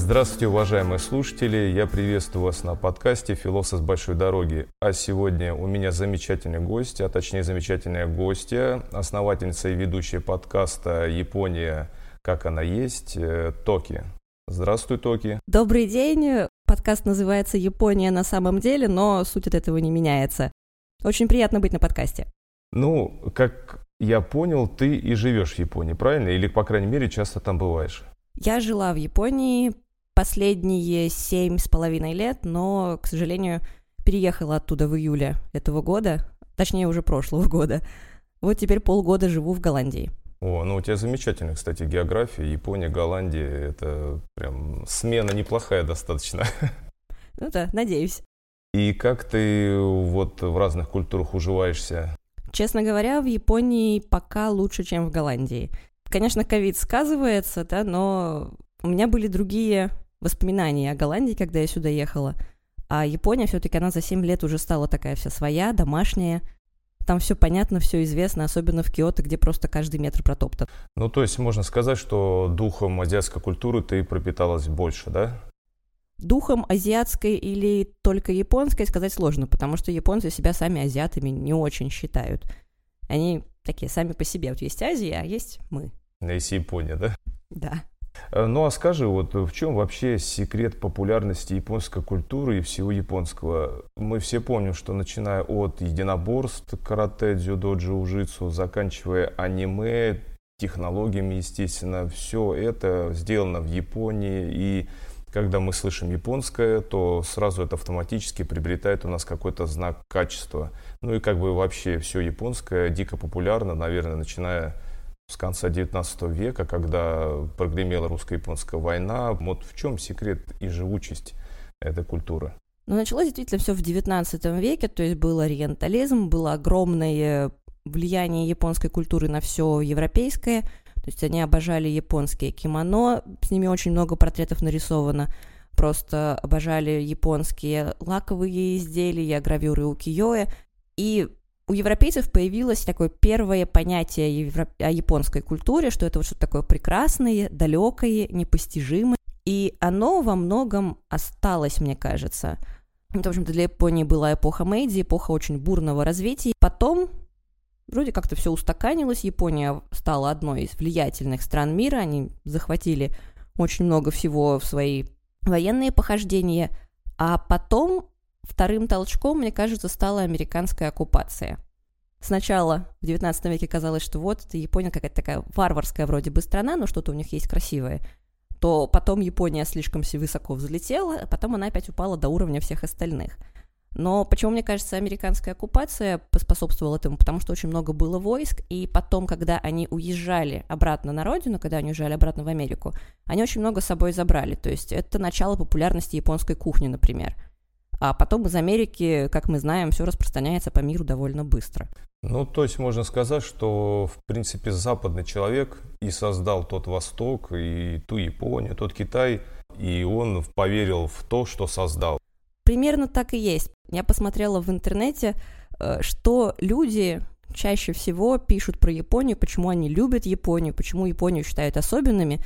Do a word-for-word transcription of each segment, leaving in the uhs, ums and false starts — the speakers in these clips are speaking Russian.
Здравствуйте, уважаемые слушатели! Я приветствую вас на подкасте «Философ с большой дороги». А сегодня у меня замечательный гость, а точнее замечательная гостья, основательница и ведущая подкаста «Япония. Как она есть» Токи. Здравствуй, Токи! Добрый день! Подкаст называется «Япония на самом деле», но суть от этого не меняется. Очень приятно быть на подкасте. Ну, как я понял, ты и живешь в Японии, правильно? Или, по крайней мере, часто там бываешь? Я жила в Японии последние семь с половиной лет, но, к сожалению, переехала оттуда в июле этого года, точнее, уже прошлого года. Вот теперь полгода живу в Голландии. О, ну у тебя замечательная, кстати, география. Япония, Голландия, это прям смена неплохая достаточно. Ну да, надеюсь. И как ты вот в разных культурах уживаешься? Честно говоря, в Японии пока лучше, чем в Голландии. Конечно, ковид сказывается, да, но у меня были другие воспоминания о Голландии, когда я сюда ехала. А Япония все-таки, она за семь лет уже стала такая вся своя, домашняя. Там все понятно, все известно, особенно в Киото, где просто каждый метр протоптан. Ну, то есть можно сказать, что духом азиатской культуры ты пропиталась больше, да? Духом азиатской или только японской сказать сложно, потому что японцы себя сами азиатами не очень считают. Они такие сами по себе. Вот есть Азия, а есть мы. Есть Япония, да? Да. Ну, а скажи, вот в чем вообще секрет популярности японской культуры и всего японского? Мы все помним, что начиная от единоборств, карате, дзюдо, джиу-джитсу, заканчивая аниме, технологиями, естественно, все это сделано в Японии. И когда мы слышим японское, то сразу это автоматически приобретает у нас какой-то знак качества. Ну и как бы вообще все японское дико популярно, наверное, начиная с конца девятнадцатого века, когда прогремела русско-японская война. Вот в чем секрет и живучесть этой культуры? Ну, началось действительно все в девятнадцатом веке, то есть был ориентализм, было огромное влияние японской культуры на все европейское. То есть они обожали японские кимоно, с ними очень много портретов нарисовано. Просто обожали японские лаковые изделия, гравюры укиё-э. И у европейцев появилось такое первое понятие евро... о японской культуре, что это вот что-то такое прекрасное, далекое, непостижимое. И оно во многом осталось, мне кажется. Это, в общем-то, для Японии была эпоха Мэйдзи, эпоха очень бурного развития. Потом вроде как-то все устаканилось, Япония стала одной из влиятельных стран мира, они захватили очень много всего в свои военные похождения, а потом вторым толчком, мне кажется, стала американская оккупация. Сначала в девятнадцатом веке казалось, что вот это Япония какая-то такая варварская вроде бы страна, но что-то у них есть красивое, то потом Япония слишком высоко взлетела, а потом она опять упала до уровня всех остальных. Но почему, мне кажется, американская оккупация поспособствовала этому? Потому что очень много было войск, и потом, когда они уезжали обратно на родину, когда они уезжали обратно в Америку, они очень много с собой забрали. То есть это начало популярности японской кухни, например. А потом из Америки, как мы знаем, все распространяется по миру довольно быстро. Ну, то есть можно сказать, что, в принципе, западный человек и создал тот Восток, и ту Японию, тот Китай, и он поверил в то, что создал. Примерно так и есть. Я посмотрела в интернете, что люди чаще всего пишут про Японию, почему они любят Японию, почему Японию считают особенными.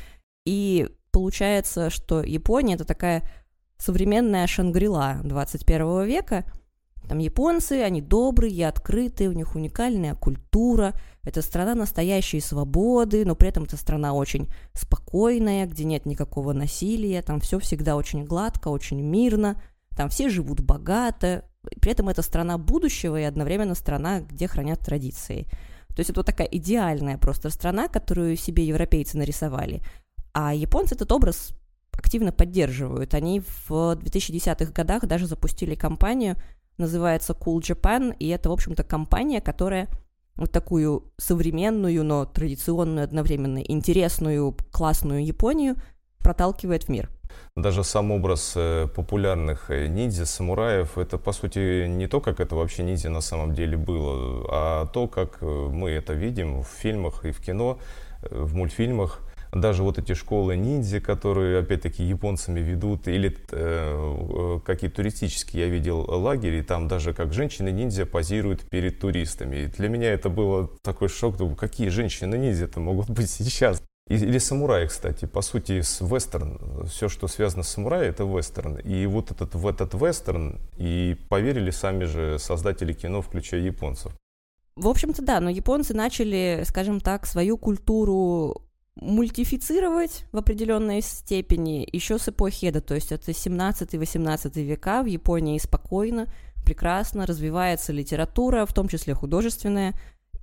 И получается, что Япония — это такая современная Шангри-Ла двадцать первого века. Там японцы, они добрые, открытые, у них уникальная культура. Это страна настоящей свободы, но при этом это страна очень спокойная, где нет никакого насилия, там все всегда очень гладко, очень мирно. Там все живут богато, при этом это страна будущего и одновременно страна, где хранят традиции. То есть это вот такая идеальная просто страна, которую себе европейцы нарисовали. А японцы этот образ активно поддерживают. Они в две тысячи десятых годах даже запустили кампанию, называется Cool Japan, и это, в общем-то, компания, которая вот такую современную, но традиционную, одновременно интересную, классную Японию проталкивает в мир. Даже сам образ популярных ниндзя, самураев, это, по сути, не то, как это вообще ниндзя на самом деле было, а то, как мы это видим в фильмах и в кино, в мультфильмах. Даже вот эти школы ниндзя, которые, опять-таки, японцами ведут, или э, какие-то туристические, я видел лагеря, и там даже как женщины-ниндзя позируют перед туристами. И для меня это было такой шок, думаю, какие женщины-ниндзя-то могут быть сейчас? Или самураи, кстати. По сути, с вестерн, все, что связано с самураи, это вестерн. И вот этот, в этот вестерн и поверили сами же создатели кино, включая японцев. В общем-то, да, но японцы начали, скажем так, свою культуру мультифицировать в определенной степени еще с эпохи Эдо, то есть это семнадцатый-восемнадцатый века в Японии спокойно, прекрасно развивается литература, в том числе художественная,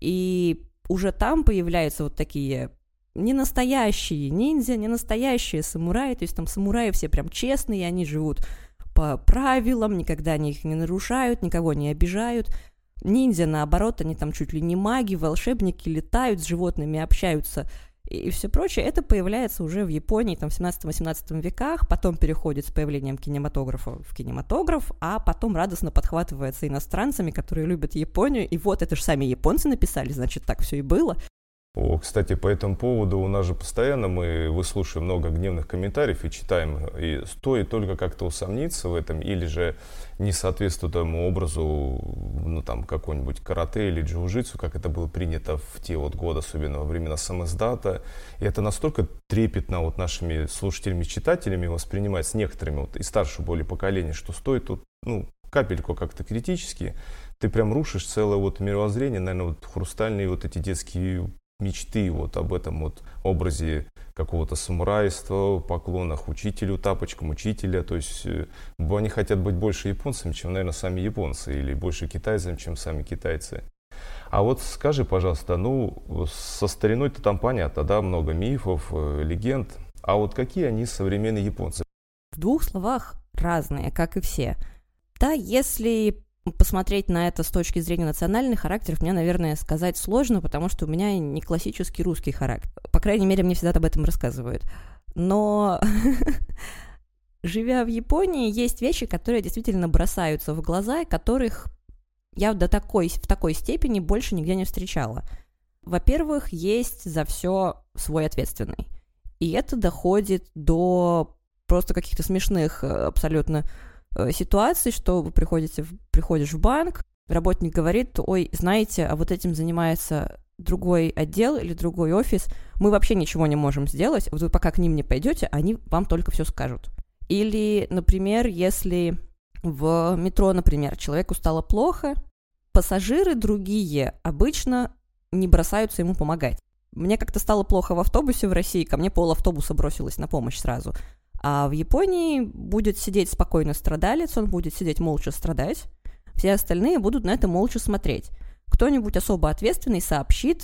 и уже там появляются вот такие не настоящие ниндзя, не настоящие самураи, то есть там самураи все прям честные, они живут по правилам, никогда они их не нарушают, никого не обижают. Ниндзя, наоборот, они там чуть ли не маги, волшебники, летают, с животными общаются и все прочее. Это появляется уже в Японии там, в семнадцатом-восемнадцатом веках, потом переходит с появлением кинематографа в кинематограф, а потом радостно подхватывается иностранцами, которые любят Японию. И вот это же сами японцы написали, значит, так все и было. О, кстати, по этому поводу у нас же постоянно мы выслушиваем много гневных комментариев и читаем, и стоит только как-то усомниться в этом, или же не соответствует тому образу, ну там, какой-нибудь карате или джиу-джитсу, как это было принято в те вот годы, особенно во времена самиздата. И это настолько трепетно вот нашими слушателями-читателями воспринимается некоторыми вот и старшего более поколения, что стоит тут, ну, капельку как-то критически, ты прям рушишь целое вот мировоззрение, наверное, вот хрустальные вот эти детские мечты вот об этом вот образе какого-то самурайства, поклонах учителю, тапочкам учителя. То есть они хотят быть больше японцами, чем, наверное, сами японцы, или больше китайцами, чем сами китайцы. А вот скажи, пожалуйста, ну, со стариной-то там понятно, да, много мифов, легенд. А вот какие они современные японцы? В двух словах разные, как и все. Да, если посмотреть на это с точки зрения национальных характеров, мне, наверное, сказать сложно, потому что у меня не классический русский характер. По крайней мере, мне всегда об этом рассказывают. Но, живя в Японии, есть вещи, которые действительно бросаются в глаза, которых я до такой, в такой степени больше нигде не встречала. Во-первых, есть за все свой ответственный. И это доходит до просто каких-то смешных абсолютно ситуации, что вы приходите, приходишь в банк, работник говорит: ой, знаете, а вот этим занимается другой отдел или другой офис, мы вообще ничего не можем сделать, вот вы пока к ним не пойдете, они вам только все скажут. Или, например, если в метро, например, человеку стало плохо, пассажиры другие обычно не бросаются ему помогать. Мне как-то стало плохо в автобусе в России, ко мне пол автобуса бросилось на помощь сразу. А в Японии будет сидеть спокойно страдалец, он будет сидеть молча страдать, все остальные будут на это молча смотреть. Кто-нибудь особо ответственный сообщит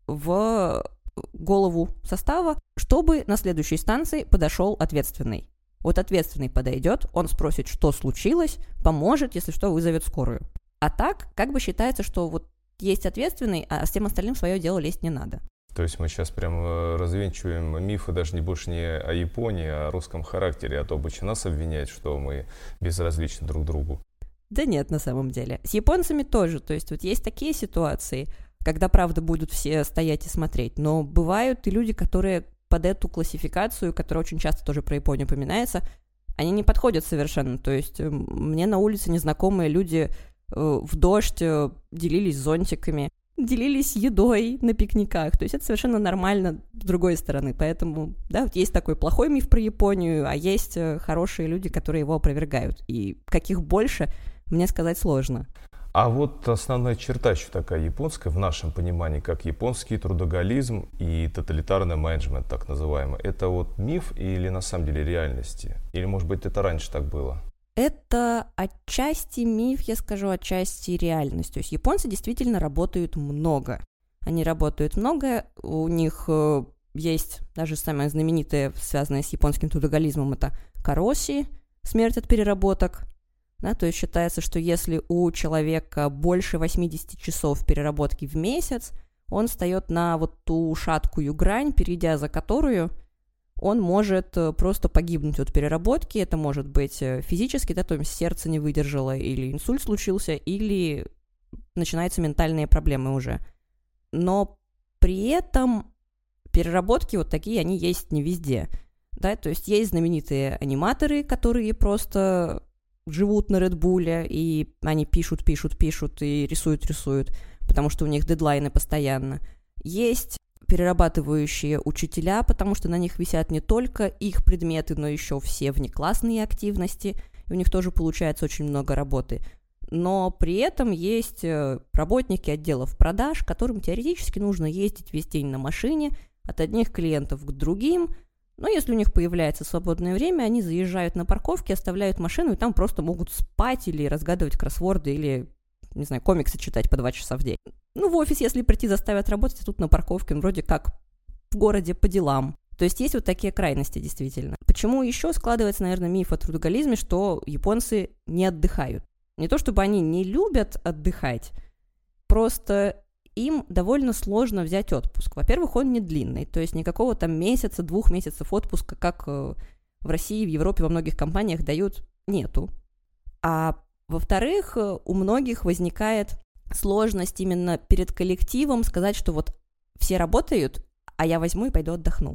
в голову состава, чтобы на следующей станции подошел ответственный. Вот ответственный подойдет, он спросит, что случилось, поможет, если что, вызовет скорую. А так, как бы считается, что вот есть ответственный, а всем остальным свое дело лезть не надо. То есть мы сейчас прям развенчиваем мифы даже не больше не о Японии, а о русском характере, а то обычно нас обвиняют, что мы безразличны друг другу. Да нет, на самом деле. С японцами тоже, то есть вот есть такие ситуации, когда, правда, будут все стоять и смотреть, но бывают и люди, которые под эту классификацию, которая очень часто тоже про Японию упоминается, они не подходят совершенно, то есть мне на улице незнакомые люди в дождь делились зонтиками, делились едой на пикниках, то есть это совершенно нормально с другой стороны, поэтому, да, вот есть такой плохой миф про Японию, а есть хорошие люди, которые его опровергают, и каких больше, мне сказать сложно. А вот основная черта еще такая японская, в нашем понимании, как японский трудоголизм и тоталитарный менеджмент, так называемый, это вот миф или на самом деле реальности? Или, может быть, это раньше так было? Это отчасти миф, я скажу, отчасти реальность. То есть японцы действительно работают много. Они работают много, у них э, есть даже самое знаменитое, связанное с японским трудоголизмом, это кароси, смерть от переработок. Да, то есть считается, что если у человека больше восемьдесят часов переработки в месяц, он встает на вот ту шаткую грань, перейдя за которую он может просто погибнуть от переработки. Это может быть физически, да, то есть сердце не выдержало, или инсульт случился, или начинаются ментальные проблемы уже. Но при этом переработки вот такие, они есть не везде. Да? То есть есть знаменитые аниматоры, которые просто живут на Редбуле, и они пишут, пишут, пишут и рисуют, рисуют, потому что у них дедлайны постоянно. Есть перерабатывающие учителя, потому что на них висят не только их предметы, но еще все внеклассные активности, и у них тоже получается очень много работы. Но при этом есть работники отделов продаж, которым теоретически нужно ездить весь день на машине от одних клиентов к другим, но если у них появляется свободное время, они заезжают на парковке, оставляют машину, и там просто могут спать или разгадывать кроссворды, или, не знаю, комиксы читать по два часа в день. Ну, в офис, если прийти, заставят работать, а тут на парковке, ну, вроде как в городе по делам. То есть есть вот такие крайности, действительно. Почему еще складывается, наверное, миф о трудоголизме, что японцы не отдыхают? Не то чтобы они не любят отдыхать, просто им довольно сложно взять отпуск. Во-первых, он не длинный, то есть никакого там месяца, двух месяцев отпуска, как в России, в Европе, во многих компаниях дают, нету. А во-вторых, у многих возникает сложность именно перед коллективом сказать, что вот все работают, а я возьму и пойду отдохну.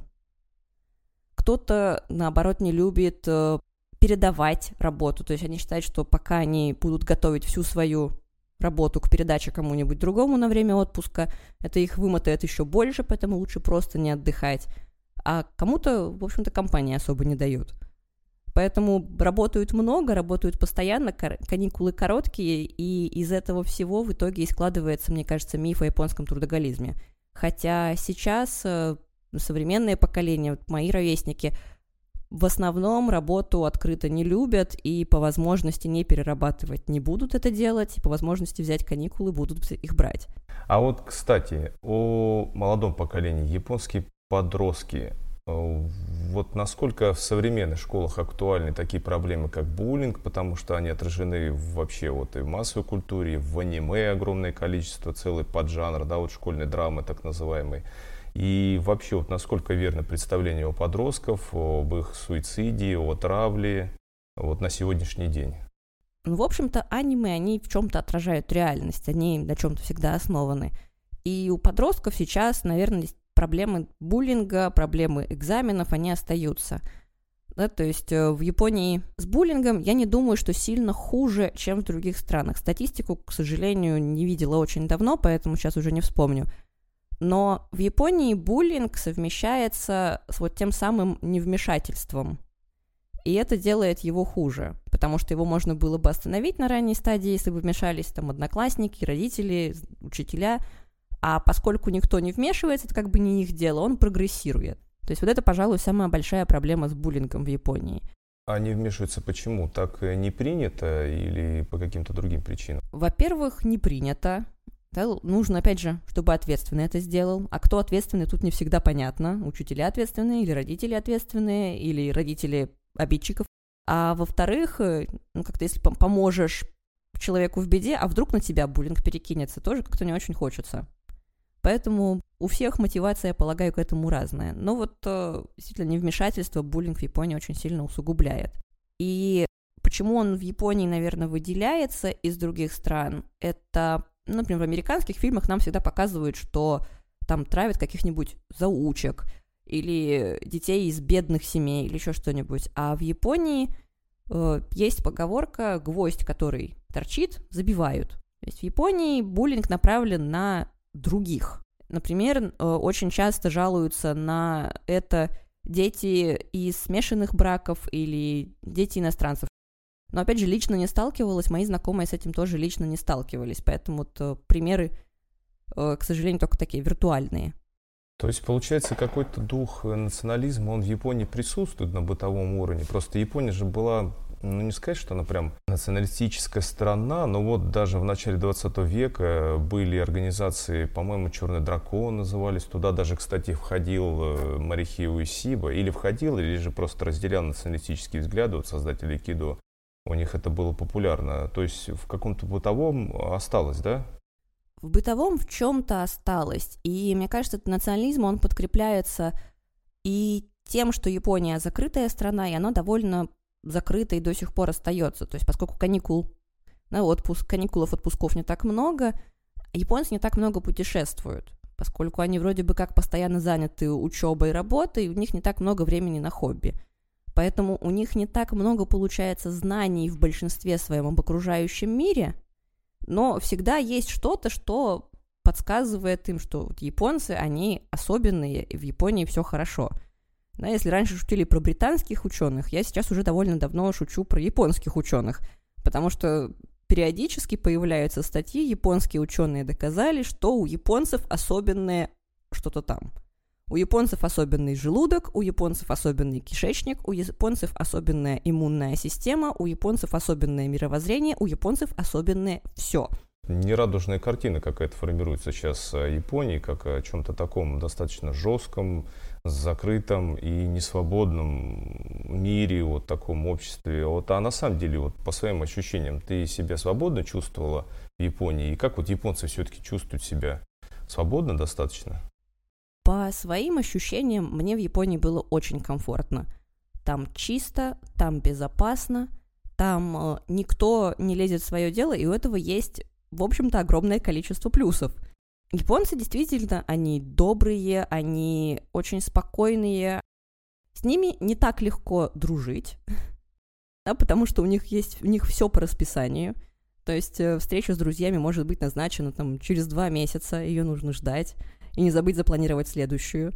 Кто-то, наоборот, не любит передавать работу, то есть они считают, что пока они будут готовить всю свою работу к передаче кому-нибудь другому на время отпуска, это их вымотает еще больше, поэтому лучше просто не отдыхать. А кому-то, в общем-то, компания особо не дает. Поэтому работают много, работают постоянно, каникулы короткие, и из этого всего в итоге и складывается, мне кажется, миф о японском трудоголизме. Хотя сейчас современное поколение, вот мои ровесники, в основном работу открыто не любят и по возможности не перерабатывать не будут это делать, и по возможности взять каникулы будут их брать. А вот, кстати, о молодом поколении. Японские подростки, вот насколько в современных школах актуальны такие проблемы, как буллинг, потому что они отражены вообще вот и в массовой культуре, в аниме огромное количество, целый поджанр, да, вот школьной драмы так называемой. И вообще, вот насколько верно представление у подростков об их суициде, о травле вот на сегодняшний день? Ну, в общем-то, аниме, они в чем-то отражают реальность, они на чем-то всегда основаны. И у подростков сейчас, наверное, проблемы буллинга, проблемы экзаменов, они остаются. Да, то есть в Японии с буллингом я не думаю, что сильно хуже, чем в других странах. Статистику, к сожалению, не видела очень давно, поэтому сейчас уже не вспомню. Но в Японии буллинг совмещается с вот тем самым невмешательством. И это делает его хуже, потому что его можно было бы остановить на ранней стадии, если бы вмешались там одноклассники, родители, учителя. А поскольку никто не вмешивается, это как бы не их дело, он прогрессирует. То есть вот это, пожалуй, самая большая проблема с буллингом в Японии. А не вмешиваются почему? Так не принято или по каким-то другим причинам? Во-первых, не принято. Да, нужно, опять же, чтобы ответственный это сделал. А кто ответственный, тут не всегда понятно. Учителя ответственные, или родители ответственные, или родители обидчиков. А во-вторых, ну, как-то если поможешь человеку в беде, а вдруг на тебя буллинг перекинется, тоже как-то не очень хочется. Поэтому у всех мотивация, я полагаю, к этому разная. Но вот действительно невмешательство буллинг в Японии очень сильно усугубляет. И почему он в Японии, наверное, выделяется из других стран, это... Например, в американских фильмах нам всегда показывают, что там травят каких-нибудь заучек или детей из бедных семей или еще что-нибудь. А в Японии э, есть поговорка «гвоздь, который торчит, забивают». То есть в Японии буллинг направлен на других. Например, э, очень часто жалуются на это дети из смешанных браков или дети иностранцев. Но, опять же, лично не сталкивалась, мои знакомые с этим тоже лично не сталкивались, поэтому вот, примеры, к сожалению, только такие виртуальные. То есть, получается, какой-то дух национализма, он в Японии присутствует на бытовом уровне. Просто Япония же была, ну не сказать, что она прям националистическая страна, но вот даже в начале двадцатого века были организации, по-моему, «Черный дракон» назывались. Туда даже, кстати, входил Морихио Исиба, или входил, или же просто разделял националистические взгляды, вот создатель айкидо. У них это было популярно. То есть в каком-то бытовом осталось, да? В бытовом в чем-то осталось. И мне кажется, этот национализм, он подкрепляется и тем, что Япония закрытая страна, и она довольно закрыта и до сих пор остается. То есть поскольку каникул, на отпуск, каникулов, отпусков не так много, японцы не так много путешествуют. Поскольку они вроде бы как постоянно заняты учебой и работой, у них не так много времени на хобби. Поэтому у них не так много получается знаний в большинстве своем об окружающем мире, но всегда есть что-то, что подсказывает им, что вот японцы, они особенные, и в Японии все хорошо. Да, если раньше шутили про британских ученых, я сейчас уже довольно давно шучу про японских ученых, потому что периодически появляются статьи, японские ученые доказали, что у японцев особенное что-то там. У японцев особенный желудок, у японцев особенный кишечник, у японцев особенная иммунная система, у японцев особенное мировоззрение, у японцев особенное все. Нерадужная картина какая-то формируется сейчас о Японии, как о чем-то таком достаточно жестком, закрытом и несвободном мире, вот таком обществе. Вот, а на самом деле, вот по своим ощущениям, ты себя свободно чувствовала в Японии? И как вот японцы все-таки чувствуют себя? Свободно достаточно? По своим ощущениям, мне в Японии было очень комфортно. Там чисто, там безопасно, там э, никто не лезет в свое дело, и у этого есть, в общем-то, огромное количество плюсов. Японцы действительно, они добрые, они очень спокойные. С ними не так легко дружить, да, потому что у них есть, у них все по расписанию. То есть э, встреча с друзьями может быть назначена там через два месяца, ее нужно ждать. И не забыть запланировать следующую.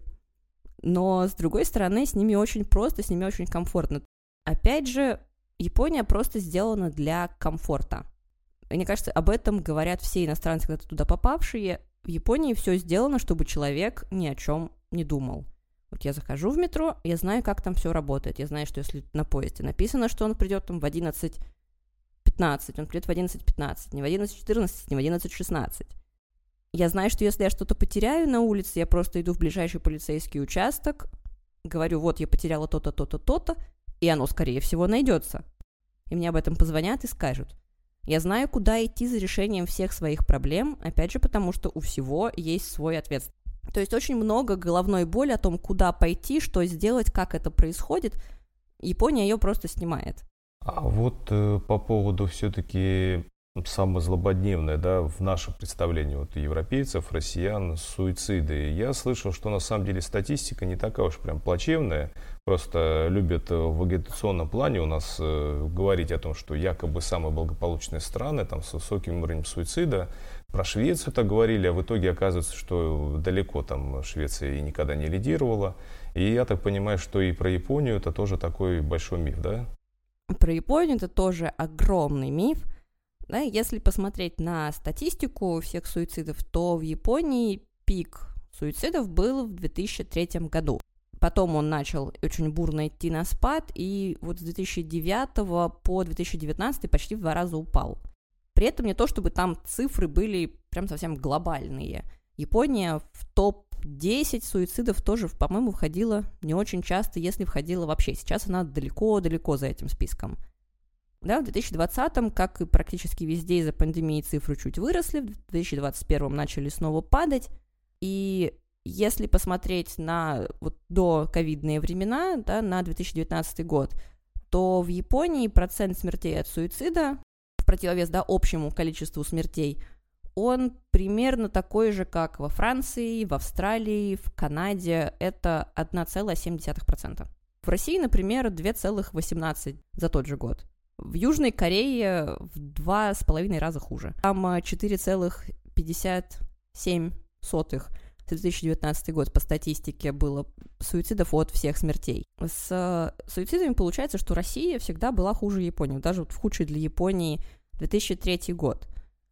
Но, с другой стороны, с ними очень просто, с ними очень комфортно. Опять же, Япония просто сделана для комфорта. И мне кажется, об этом говорят все иностранцы, когда-то туда попавшие. В Японии все сделано, чтобы человек ни о чем не думал. Вот я захожу в метро, я знаю, как там все работает. Я знаю, что если на поезде написано, что он придет там в одиннадцать пятнадцать, он придет в одиннадцать пятнадцать, не в одиннадцать четырнадцать, не в одиннадцать шестнадцать. Я знаю, что если я что-то потеряю на улице, я просто иду в ближайший полицейский участок, говорю, вот я потеряла то-то, то-то, то-то, и оно, скорее всего, найдется. И мне об этом позвонят и скажут. Я знаю, куда идти за решением всех своих проблем, опять же, потому что у всего есть свой ответ. То есть очень много головной боли о том, куда пойти, что сделать, как это происходит. Япония ее просто снимает. А вот э, по поводу все-таки... самое злободневное, да, в нашем представлении вот, европейцев, россиян, суициды. Я слышал, что на самом деле статистика не такая уж прям плачевная. Просто любят в агитационном плане у нас э, говорить о том, что якобы самые благополучные страны там, с высоким уровнем суицида. Про Швецию так говорили, а в итоге оказывается, что далеко там Швеция и никогда не лидировала. И я так понимаю, что и про Японию это тоже такой большой миф, да? Про Японию это тоже огромный миф. Да, если посмотреть на статистику всех суицидов, то в Японии пик суицидов был в две тысячи третьем году. Потом он начал очень бурно идти на спад, и вот с две тысячи девятого по две тысячи девятнадцатый почти в два раза упал. При этом не то, чтобы там цифры были прям совсем глобальные. Япония в топ десять суицидов тоже, по-моему, входила не очень часто, если входила вообще. Сейчас она далеко-далеко за этим списком. Да, в две тысячи двадцатом, как и практически везде из-за пандемии, цифры чуть выросли, в две тысячи двадцать первом начали снова падать, и если посмотреть на вот до ковидные времена, да, на две тысячи девятнадцатый год, то в Японии процент смертей от суицида, в противовес, да, общему количеству смертей, он примерно такой же, как во Франции, в Австралии, в Канаде, это одна целая семь десятых процента. В России, например, две целых восемнадцать сотых за тот же год. В Южной Корее в два с половиной раза хуже. Там четыре целых пятьдесят семь сотых за две тысячи девятнадцатый год по статистике было суицидов от всех смертей. С суицидами получается, что Россия всегда была хуже Японии. Даже вот в худший для Японии две тысячи третий год.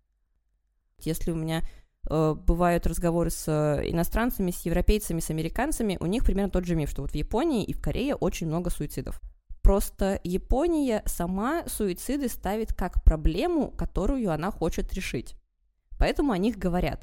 Если у меня э, бывают разговоры с иностранцами, с европейцами, с американцами, у них примерно тот же миф, что вот в Японии и в Корее очень много суицидов. Просто Япония сама суициды ставит как проблему, которую она хочет решить. Поэтому о них говорят.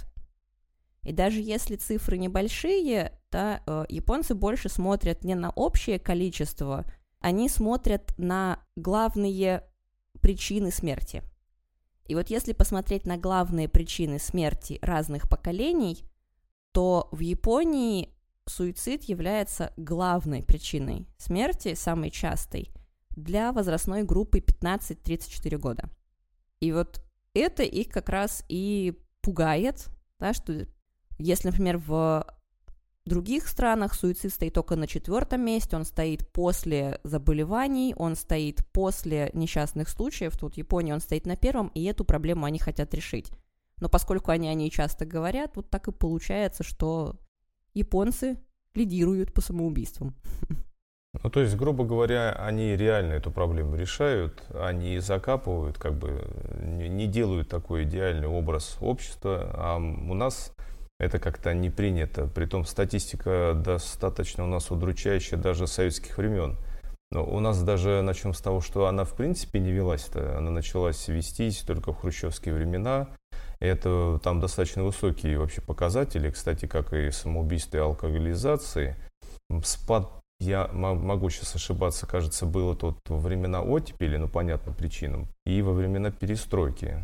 И даже если цифры небольшие, то э, японцы больше смотрят не на общее количество, они смотрят на главные причины смерти. И вот если посмотреть на главные причины смерти разных поколений, то в Японии суицид является главной причиной смерти, самой частой, для возрастной группы пятнадцать тридцать четыре года. И вот это их как раз и пугает, да, что если, например, в других странах суицид стоит только на четвертом месте, он стоит после заболеваний, он стоит после несчастных случаев, тут в Японии он стоит на первом, и эту проблему они хотят решить. Но поскольку они о ней часто говорят, вот так и получается, что японцы лидируют по самоубийствам. Ну, то есть, грубо говоря, они реально эту проблему решают, они закапывают, как бы не, не делают такой идеальный образ общества, а у нас это как-то не принято. Притом статистика достаточно у нас удручающая даже с советских времен. Но у нас даже, начнем с того, что она в принципе не велась-то, она началась вестись только в хрущевские времена. Это там достаточно высокие вообще показатели, кстати, как и самоубийства и алкоголизации. Спад, я могу сейчас ошибаться, кажется, было тут во времена оттепели, ну, понятным причинам, и во времена перестройки.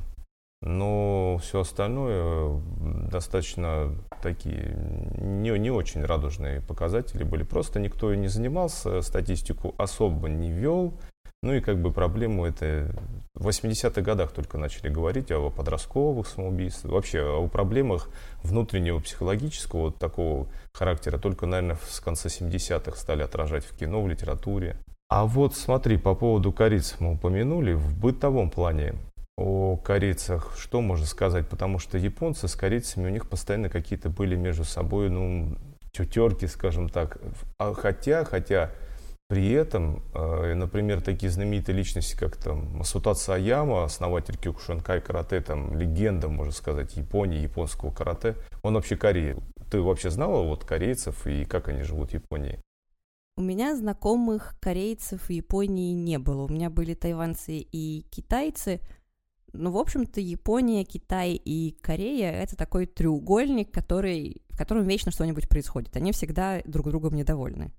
Но все остальное достаточно такие не, не очень радужные показатели были. Просто никто и не занимался, статистику особо не вел. Ну и как бы проблему это в восьмидесятых годах только начали говорить о подростковых самоубийствах, вообще о проблемах внутреннего психологического вот такого характера только, наверное, с конца семидесятых стали отражать в кино, в литературе. А вот смотри, по поводу корейцев мы упомянули, в бытовом плане о корейцах что можно сказать, потому что японцы с корейцами, у них постоянно какие-то были между собой, ну, тютерки, скажем так, а хотя, хотя при этом, например, такие знаменитые личности, как там Масутацу Саяма, основатель Кёкушинкай карате, там легенда, можно сказать, Японии, японского карате, он вообще Корея. Ты вообще знала вот корейцев и как они живут в Японии? У меня знакомых корейцев в Японии не было. У меня были тайваньцы и китайцы. Ну, в общем-то, Япония, Китай и Корея — это такой треугольник, который, в котором вечно что-нибудь происходит. Они всегда друг другом недовольны.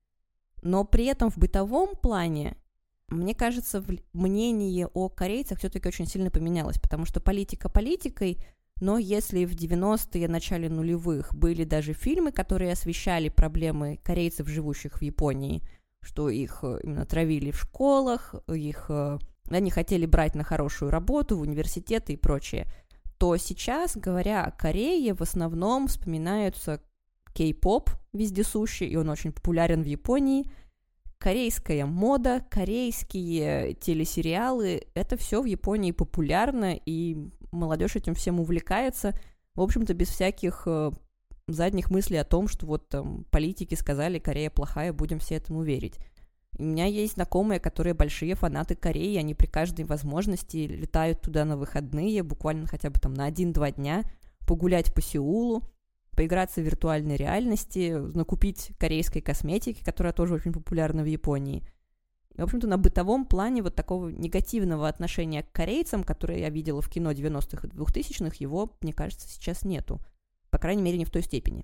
Но при этом в бытовом плане, мне кажется, мнение о корейцах все-таки очень сильно поменялось, потому что политика политикой, но если в девяностые, начале нулевых были даже фильмы, которые освещали проблемы корейцев, живущих в Японии, что их именно травили в школах, их, они хотели брать на хорошую работу, в университеты и прочее, то сейчас, говоря о Корее, в основном вспоминаются кей-поп вездесущий, и он очень популярен в Японии, корейская мода, корейские телесериалы, это все в Японии популярно, и молодежь этим всем увлекается, в общем-то, без всяких э, задних мыслей о том, что вот там политики сказали, Корея плохая, будем все этому верить. У меня есть знакомые, которые большие фанаты Кореи, они при каждой возможности летают туда на выходные, буквально хотя бы там на один-два дня, погулять по Сеулу, поиграться в виртуальной реальности, накупить корейской косметики, которая тоже очень популярна в Японии. И, в общем-то, на бытовом плане вот такого негативного отношения к корейцам, которое я видела в кино девяностых и двухтысячных, его, мне кажется, сейчас нету. По крайней мере, не в той степени.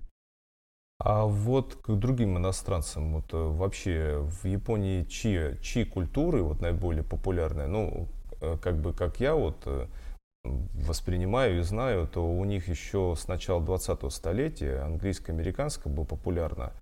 А вот к другим иностранцам, вот вообще в Японии чьи, чьи культуры вот наиболее популярные? Ну, как бы как я вот воспринимаю и знаю, то у них еще с начала двадцатого столетия английско-американское было популярно.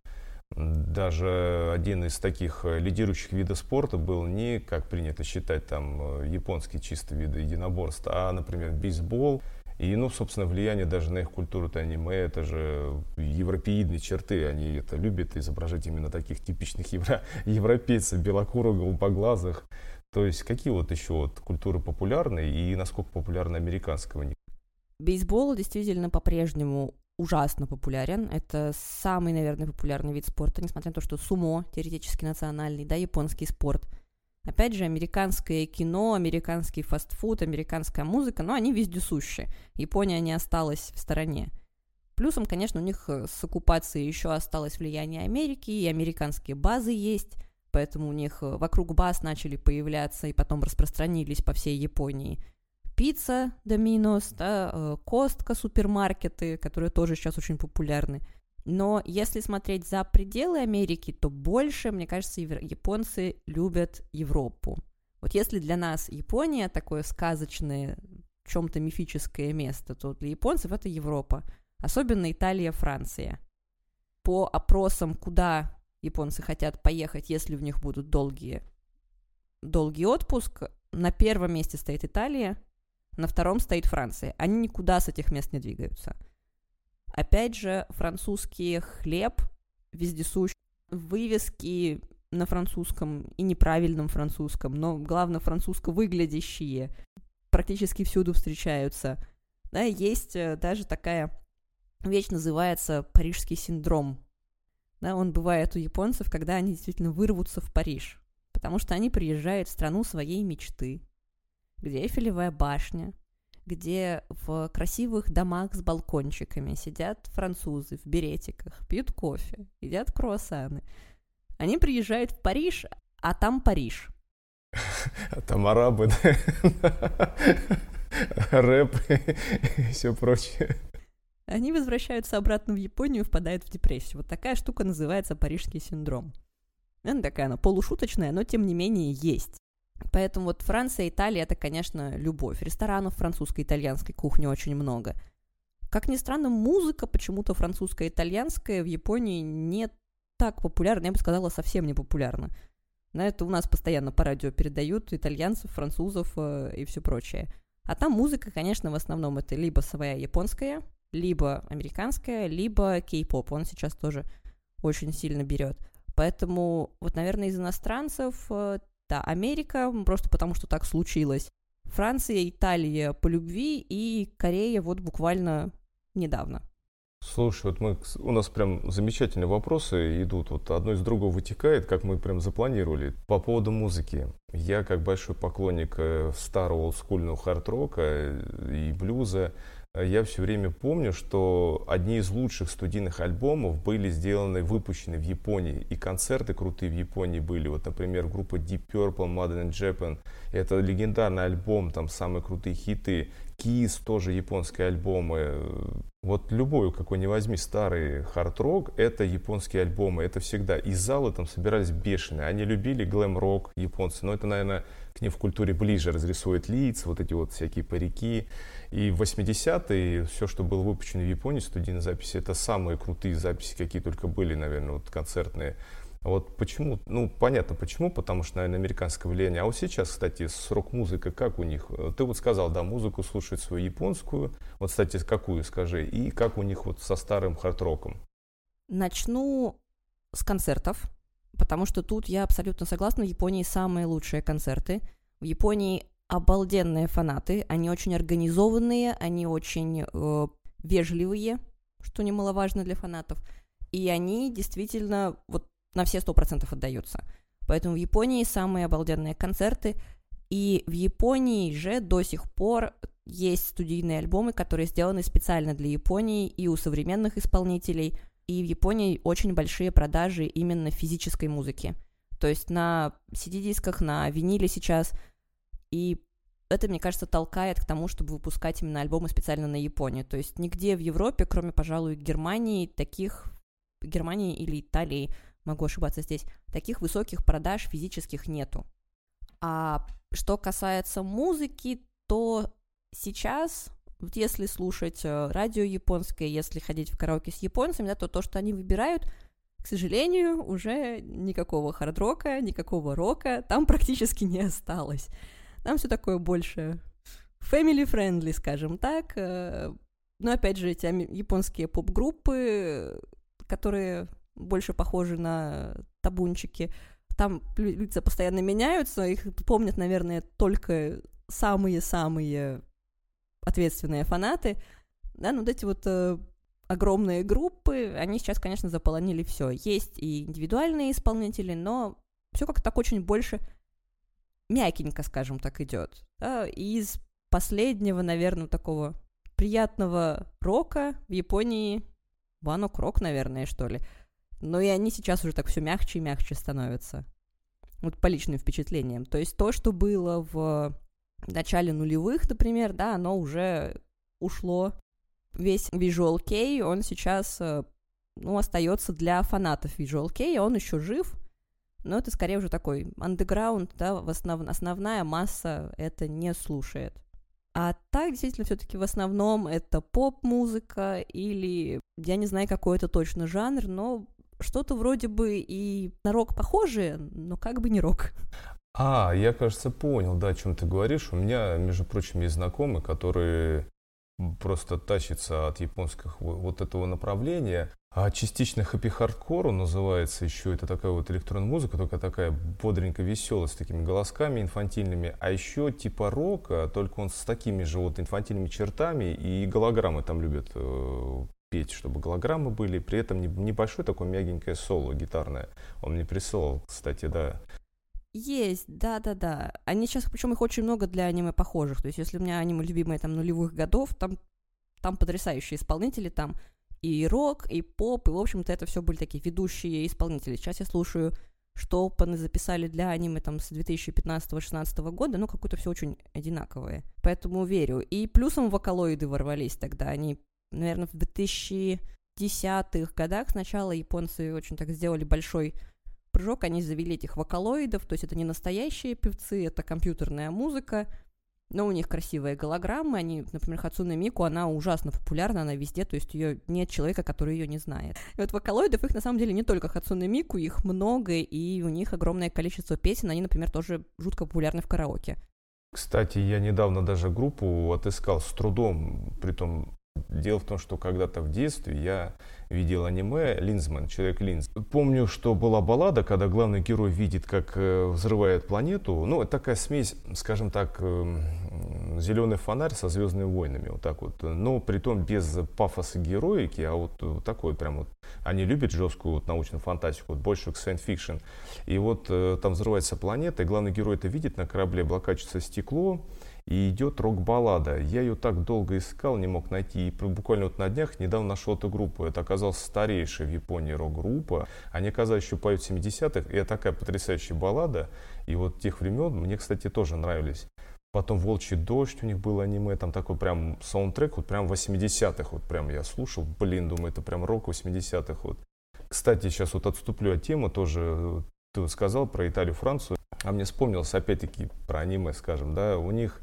Даже один из таких лидирующих видов спорта был не, как принято считать, там японский чисто вид единоборства, а, например, бейсбол. И, ну, собственно, влияние даже на их культуру-то аниме, это же европеидные черты, они это любят изображать именно таких типичных евро- европейцев, белокурых, голубоглазых. То есть какие вот еще вот культуры популярны и насколько популярна американского? Бейсбол действительно по-прежнему ужасно популярен. Это самый, наверное, популярный вид спорта, несмотря на то, что сумо теоретически национальный, да, японский спорт. Опять же, американское кино, американский фастфуд, американская музыка, но они вездесущи. Япония не осталась в стороне. Плюсом, конечно, у них с оккупацией еще осталось влияние Америки, и американские базы есть, поэтому у них вокруг баз начали появляться и потом распространились по всей Японии пицца, Доминос, да, Костка, супермаркеты, которые тоже сейчас очень популярны. Но если смотреть за пределы Америки, то больше, мне кажется, японцы любят Европу. Вот если для нас Япония такое сказочное, в чем-то мифическое место, то для японцев это Европа, особенно Италия, Франция. По опросам, куда японцы хотят поехать, если у них будут долгие, долгий отпуск, на первом месте стоит Италия, на втором стоит Франция. Они никуда с этих мест не двигаются. Опять же, французский хлеб вездесущий, вывески на французском и неправильном французском, но главное французско выглядящие, практически всюду встречаются. Да, есть даже такая вещь, называется парижский синдром. Да, он бывает у японцев, когда они действительно вырвутся в Париж, потому что они приезжают в страну своей мечты, где Эйфелевая башня, где в красивых домах с балкончиками сидят французы в беретиках, пьют кофе, едят круассаны. Они приезжают в Париж, а там Париж. А там арабы, да? Рэп и все прочее. Они возвращаются обратно в Японию и впадают в депрессию. Вот такая штука называется парижский синдром. Она такая, она полушуточная, но тем не менее есть. Поэтому вот Франция, Италия — это, конечно, любовь. Ресторанов французской, итальянской кухни очень много. Как ни странно, музыка почему-то французская, итальянская в Японии не так популярна, я бы сказала, совсем не популярна. На это у нас постоянно по радио передают итальянцев, французов э, и все прочее. А там музыка, конечно, в основном это либо своя японская, либо американская, либо кей-поп. Он сейчас тоже очень сильно берет. Поэтому, вот, наверное, из иностранцев, э, да, Америка, просто потому что так случилось. Франция, Италия по любви, и Корея вот буквально недавно. Слушай, вот мы, у нас прям замечательные вопросы идут, вот одно из другого вытекает, как мы прям запланировали. По поводу музыки. Я, как большой поклонник старого олдскульного хард-рока и блюза, я все время помню, что одни из лучших студийных альбомов были сделаны, выпущены в Японии, и концерты крутые в Японии были. Вот, например, группа Deep Purple, Modern Japan, это легендарный альбом, там самые крутые хиты. Kiss, тоже японские альбомы. Вот любой, какой ни возьми, старый хард-рок, это японские альбомы, это всегда. И залы там собирались бешеные. Они любили глэм-рок, японцы, но это, наверное, к ним в культуре ближе, разрисует лица, вот эти вот всякие парики. И в восьмидесятые все, что было выпущено в Японии, студийные записи, это самые крутые записи, какие только были, наверное, вот концертные. Вот почему? Ну, понятно почему, потому что, наверное, американское влияние. А вот сейчас, кстати, с рок-музыкой, как у них? Ты вот сказал, да, музыку слушают свою японскую. Вот, кстати, какую, скажи? И как у них вот со старым хард-роком? Начну с концертов, потому что тут я абсолютно согласна, в Японии самые лучшие концерты. В Японии обалденные фанаты, они очень организованные, они очень э, вежливые, что немаловажно для фанатов. И они действительно вот на все сто процентов отдаются. Поэтому в Японии самые обалденные концерты. И в Японии же до сих пор есть студийные альбомы, которые сделаны специально для Японии и у современных исполнителей. И в Японии очень большие продажи именно физической музыки. То есть на си ди-дисках, на виниле сейчас. И это, мне кажется, толкает к тому, чтобы выпускать именно альбомы специально на Японию. То есть нигде в Европе, кроме, пожалуй, Германии, таких... Германии или Италии, могу ошибаться здесь, таких высоких продаж физических нету. А что касается музыки, то сейчас, вот если слушать радио японское, если ходить в караоке с японцами, да, то то, что они выбирают, к сожалению, уже никакого хард-рока, никакого рока там практически не осталось. Там все такое больше family-friendly, скажем так. Но, опять же, эти японские поп-группы, которые больше похожи на табунчики, там лица постоянно меняются, их помнят, наверное, только самые-самые ответственные фанаты. Да, ну вот эти вот э, огромные группы, они сейчас, конечно, заполонили все. Есть и индивидуальные исполнители, но все как-то так очень больше мягенько, скажем так, идет. Да? Из последнего, наверное, такого приятного рока в Японии ван-ок-рок, наверное, что ли. Но и они сейчас уже так все мягче и мягче становятся. Вот по личным впечатлениям. То есть то, что было в начале нулевых, например, да, оно уже ушло. Весь Visual Kei, он сейчас, ну, остается для фанатов Visual Kei, он еще жив, но это скорее уже такой андеграунд, да, в основ... основная масса это не слушает. А так, действительно, все-таки в основном это поп-музыка или, я не знаю, какой это точно жанр, но что-то вроде бы и на рок похожее, но как бы не рок. А, я, кажется, понял, да, о чем ты говоришь. У меня, между прочим, есть знакомые, которые просто тащатся от японских вот этого направления. А частично хэппи-хардкору называется еще, это такая вот электронная музыка, только такая бодренькая, веселая, с такими голосками инфантильными, а еще типа рока, только он с такими же вот инфантильными чертами, и голограммы там любят э, петь, чтобы голограммы были, при этом небольшое такое мягенькое соло гитарное. Он мне присылал, кстати, да. Есть, да-да-да. Они сейчас, причем их очень много для аниме похожих, то есть если у меня аниме любимые там нулевых годов, там, там потрясающие исполнители, там и рок, и поп, и, в общем-то, это все были такие ведущие исполнители. Сейчас я слушаю, что опаны записали для аниме там с две тысячи пятнадцатого-шестнадцатого года, ну, какое-то все очень одинаковое. Поэтому верю. И плюсом вокалоиды ворвались тогда. Они, наверное, в две тысячи десятых годах сначала японцы очень так сделали большой прыжок, они завели этих вокалоидов, то есть это не настоящие певцы, это компьютерная музыка, но у них красивые голограммы, они, например, Хацуне Мику, она ужасно популярна, она везде, то есть ее нет человека, который ее не знает. И вот вокалоидов, их на самом деле не только Хацуне Мику, их много, и у них огромное количество песен, они, например, тоже жутко популярны в караоке. Кстати, я недавно даже группу отыскал с трудом, притом дело в том, что когда-то в детстве я видел аниме «Линзман», «Человек-линз». Помню, что была баллада, когда главный герой видит, как э, взрывает планету. Ну, это такая смесь, скажем так, э, «Зеленый фонарь» со «Звездными войнами». Вот так вот. Но при том без пафоса героики, а вот, вот такой прям вот. Они любят жесткую вот, научную фантастику, вот, больше к science-fiction. И вот э, там взрывается планета, и главный герой это видит, на корабле облокачивается стекло, и идет рок-баллада. Я ее так долго искал, не мог найти. И буквально вот на днях недавно нашел эту группу. Это оказалась старейшая в Японии рок-группа. Они, оказалось, еще поют в семидесятых. И это такая потрясающая баллада. И вот тех времен мне, кстати, тоже нравились. Потом «Волчий дождь» у них было аниме. Там такой прям саундтрек, вот прям восьмидесятых. Вот прям я слушал. Блин, думаю, это прям рок восьмидесятых. Вот. Кстати, сейчас вот отступлю от темы тоже. Ты вот сказал про Италию, Францию. А мне вспомнилось опять-таки про аниме, скажем, да. У них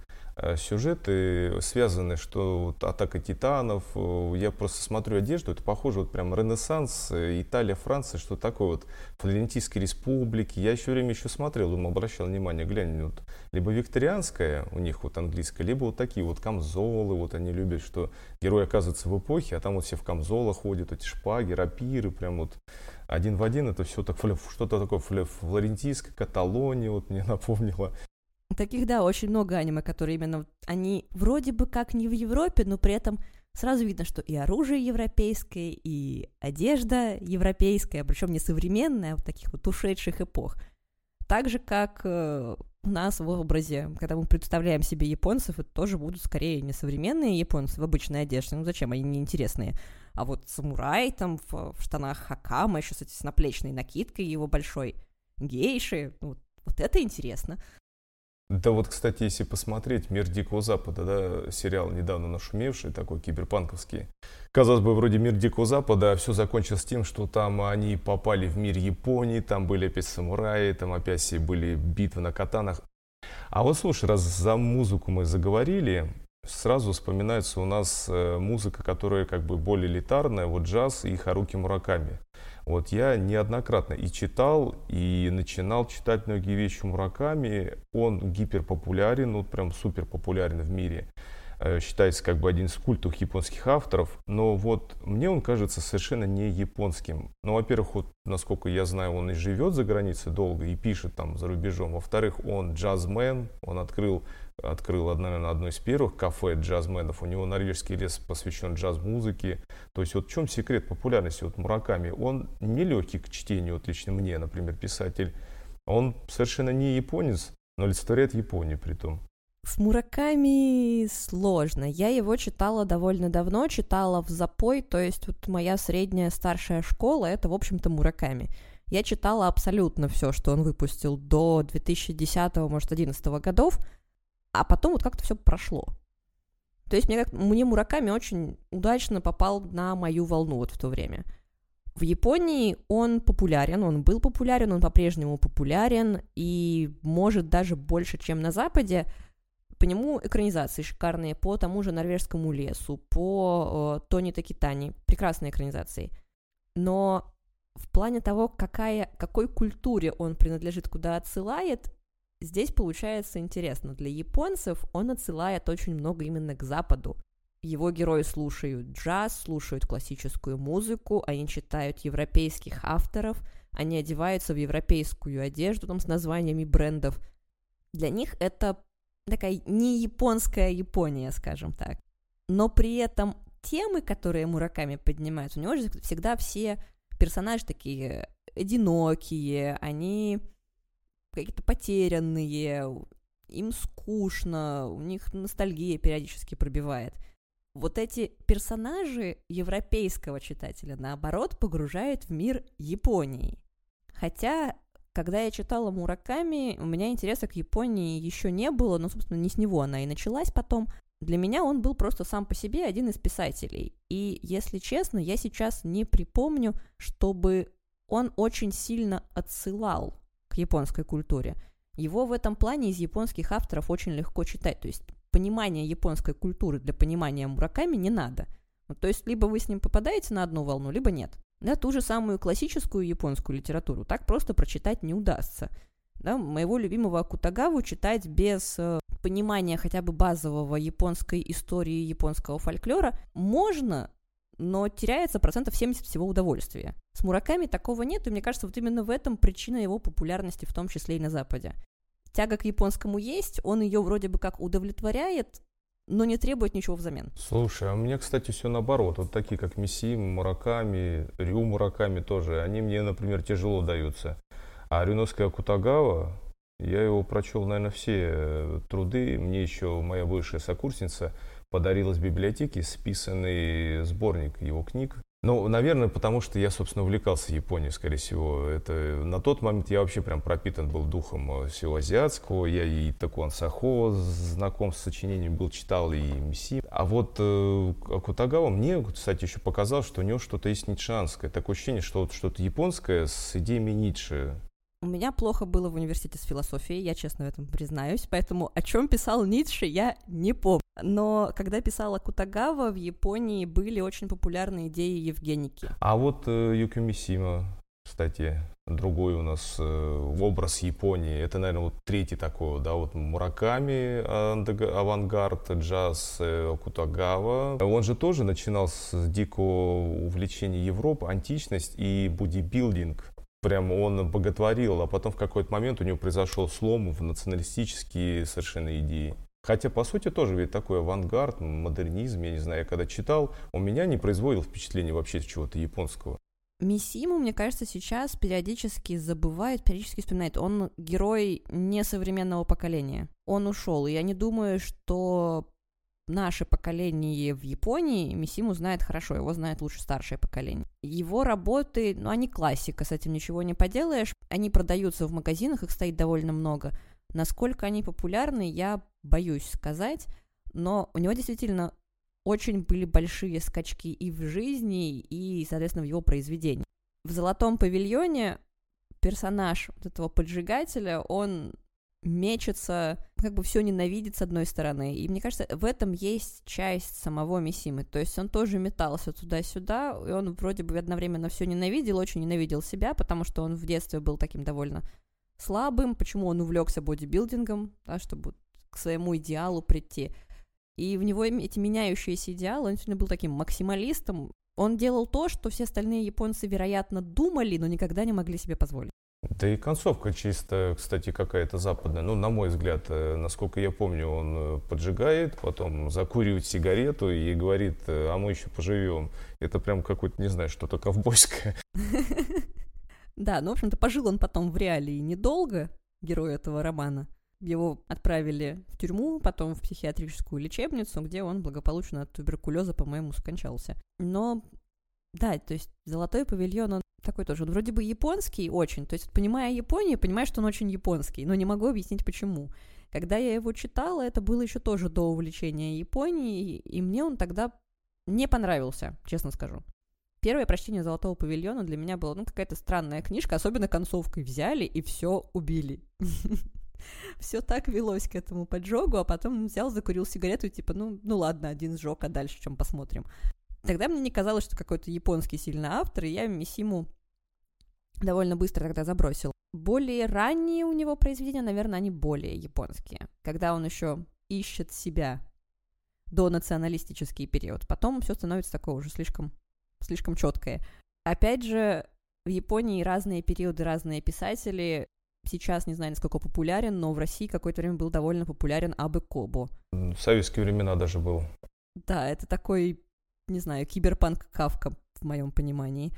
сюжеты связаны, что вот «Атака титанов», я просто смотрю одежду, это похоже вот прям Ренессанс, Италия, Франция, что такое вот Флорентийской республики. Я еще время еще смотрел, думаю, обращал внимание, глянь, вот, либо викторианская у них вот английская, либо вот такие вот камзолы, вот они любят, что герой оказывается в эпохе, а там вот все в камзолах ходят, эти шпаги, рапиры, прям вот один в один, это все так, что-то такое флорентийское, Каталония, вот мне напомнило. Таких, да, очень много аниме, которые именно, они вроде бы как не в Европе, но при этом сразу видно, что и оружие европейское, и одежда европейская, причем не современная, а вот таких вот ушедших эпох. Так же, как э, у нас в образе, когда мы представляем себе японцев, это тоже будут скорее не современные японцы в обычной одежде, ну зачем, они неинтересные, а вот самурай там в, в штанах хакама, еще с этой с наплечной накидкой его большой, гейши, ну, вот это интересно. Да вот, кстати, если посмотреть «Мир Дикого Запада», да, сериал недавно нашумевший, такой киберпанковский. Казалось бы, вроде «Мир Дикого Запада», а все закончилось тем, что там они попали в мир Японии, там были опять самураи, там опять были битвы на катанах. А вот слушай, раз за музыку мы заговорили, сразу вспоминается у нас музыка, которая как бы более элитарная, вот джаз и Харуки Мураками. Вот я неоднократно и читал, и начинал читать многие вещи Мураками. Он гиперпопулярен, вот прям супер популярен в мире. Считается как бы один из культовых японских авторов. Но вот мне он кажется совершенно не японским. Ну, во-первых, вот, насколько я знаю, он и живет за границей долго и пишет там за рубежом. Во-вторых, он джазмен, он открыл Открыл, наверное, одно из первых кафе джазменов. У него норвежский лес посвящен джаз-музыке. То есть вот в чем секрет популярности вот Мураками? Он не легкий к чтению, вот лично мне, например, писатель. Он совершенно не японец, но олицетворяет Японию при том. С Мураками сложно. Я его читала довольно давно, читала в запой, то есть вот моя средняя старшая школа — это, в общем-то, Мураками. Я читала абсолютно все, что он выпустил до две тысячи десятого, может, две тысячи одиннадцатого годов, а потом вот как-то все прошло. То есть мне, мне Мураками очень удачно попал на мою волну вот в то время. В Японии он популярен, он был популярен, он по-прежнему популярен, и может даже больше, чем на Западе. По нему экранизации шикарные, по тому же «Норвежскому лесу», по э, Тони Такитани, прекрасные экранизации. Но в плане того, какая, какой культуре он принадлежит, куда отсылает, здесь получается интересно. Для японцев он отсылает очень много именно к Западу. Его герои слушают джаз, слушают классическую музыку, они читают европейских авторов, они одеваются в европейскую одежду там, с названиями брендов. Для них это такая не японская Япония, скажем так. Но при этом темы, которые Мураками поднимает, у него же всегда все персонажи такие одинокие, они какие-то потерянные, им скучно, у них ностальгия периодически пробивает. Вот эти персонажи европейского читателя, наоборот, погружают в мир Японии. Хотя, когда я читала Мураками, у меня интереса к Японии еще не было, но, собственно, не с него она и началась потом. Для меня он был просто сам по себе один из писателей. И, если честно, я сейчас не припомню, чтобы он очень сильно отсылал к японской культуре. Его в этом плане из японских авторов очень легко читать. То есть понимание японской культуры для понимания Мураками не надо. Ну, то есть либо вы с ним попадаете на одну волну, либо нет. Да, ту же самую классическую японскую литературу так просто прочитать не удастся. Да, моего любимого Акутагаву читать без э, понимания хотя бы базового японской истории, японского фольклора можно, но теряется процентов семьдесят всего удовольствия. С Мураками такого нет, и мне кажется, вот именно в этом причина его популярности, в том числе и на Западе. Тяга к японскому есть, он ее вроде бы как удовлетворяет, но не требует ничего взамен. Слушай, а у меня, кстати, все наоборот. Вот такие, как Мисима, Мураками, Рю Мураками тоже, они мне, например, тяжело даются. А Рюноsuke Акутагава, я его прочел, наверное, все труды. Мне еще моя бывшая сокурсница подарила с библиотеки списанный сборник его книг. Ну, наверное, потому что я, собственно, увлекался Японией, скорее всего. Это, на тот момент я вообще прям пропитан был духом всего азиатского. Я и Такуан Сахо знаком с сочинением был, читал, и Миси. А вот э, Акутагава мне, кстати, еще показал, что у него что-то есть ницшеанское. Такое ощущение, что вот что-то японское с идеями Ницше. У меня плохо было в университете с философией, я честно в этом признаюсь, поэтому о чем писал Ницше, я не помню. Но когда писала Акутагава, в Японии были очень популярны идеи евгеники. А вот э, Юкио Мисима, кстати, другой у нас э, образ Японии, это, наверное, вот третий такой, да, вот Мураками, авангард, джаз, э, Акутагава. Он же тоже начинал с дикого увлечения Европы, античность и бодибилдинг. Прям он боготворил, а потом в какой-то момент у него произошел слом в националистические совершенно идеи. Хотя, по сути, тоже ведь такой авангард, модернизм, я не знаю, я когда читал, у меня не производил впечатление вообще чего-то японского. Мисиму, мне кажется, сейчас периодически забывает, периодически вспоминает. Он герой несовременного поколения. Он ушел, и я не думаю, что наше поколение в Японии Мисиму знает хорошо, его знает лучше старшее поколение. Его работы, ну, они классика, с этим ничего не поделаешь. Они продаются в магазинах, их стоит довольно много. Насколько они популярны, я боюсь сказать, но у него действительно очень были большие скачки и в жизни, и, соответственно, в его произведении. В «Золотом павильоне» персонаж вот этого поджигателя, он мечется, как бы все ненавидит с одной стороны. И мне кажется, в этом есть часть самого Мисимы. То есть он тоже метался туда-сюда, и он вроде бы одновременно все ненавидел, очень ненавидел себя, потому что он в детстве был таким довольно слабым, почему он увлекся бодибилдингом, да, чтобы к своему идеалу прийти. И в него эти меняющиеся идеалы, он сегодня был таким максималистом. Он делал то, что все остальные японцы, вероятно, думали, но никогда не могли себе позволить. Да и концовка чисто, кстати, какая-то западная. Ну, на мой взгляд, насколько я помню, он поджигает, потом закуривает сигарету и говорит, а мы еще поживем. Это прям какое-то, не знаю, что-то ковбойское. Да, ну, в общем-то, пожил он потом в реалии недолго, герой этого романа. Его отправили в тюрьму, потом в психиатрическую лечебницу, где он благополучно от туберкулеза, по-моему, скончался. Но, да, то есть «Золотой павильон», он такой тоже, он вроде бы японский очень, то есть, понимая Японию, понимаешь, что он очень японский, но не могу объяснить, почему. Когда я его читала, это было еще тоже до увлечения Японией, и мне он тогда не понравился, честно скажу. Первое прочтение «Золотого павильона» для меня было, ну, какая-то странная книжка, особенно концовкой взяли и все убили. Все так велось к этому поджогу, а потом взял, закурил сигарету и типа, ну, ну ладно, один сжег, а дальше чем посмотрим. Тогда мне не казалось, что какой-то японский сильный автор, и я Мисиму довольно быстро тогда забросил. Более ранние у него произведения, наверное, они более японские. Когда он еще ищет себя донационалистический период. Потом все становится такое уже слишком, слишком четкое. Опять же, в Японии разные периоды, разные писатели. Сейчас не знаю, насколько популярен, но в России какое-то время был довольно популярен Абе Кобо. В советские времена даже был. Да, это такой, не знаю, киберпанк Кафка в моем понимании.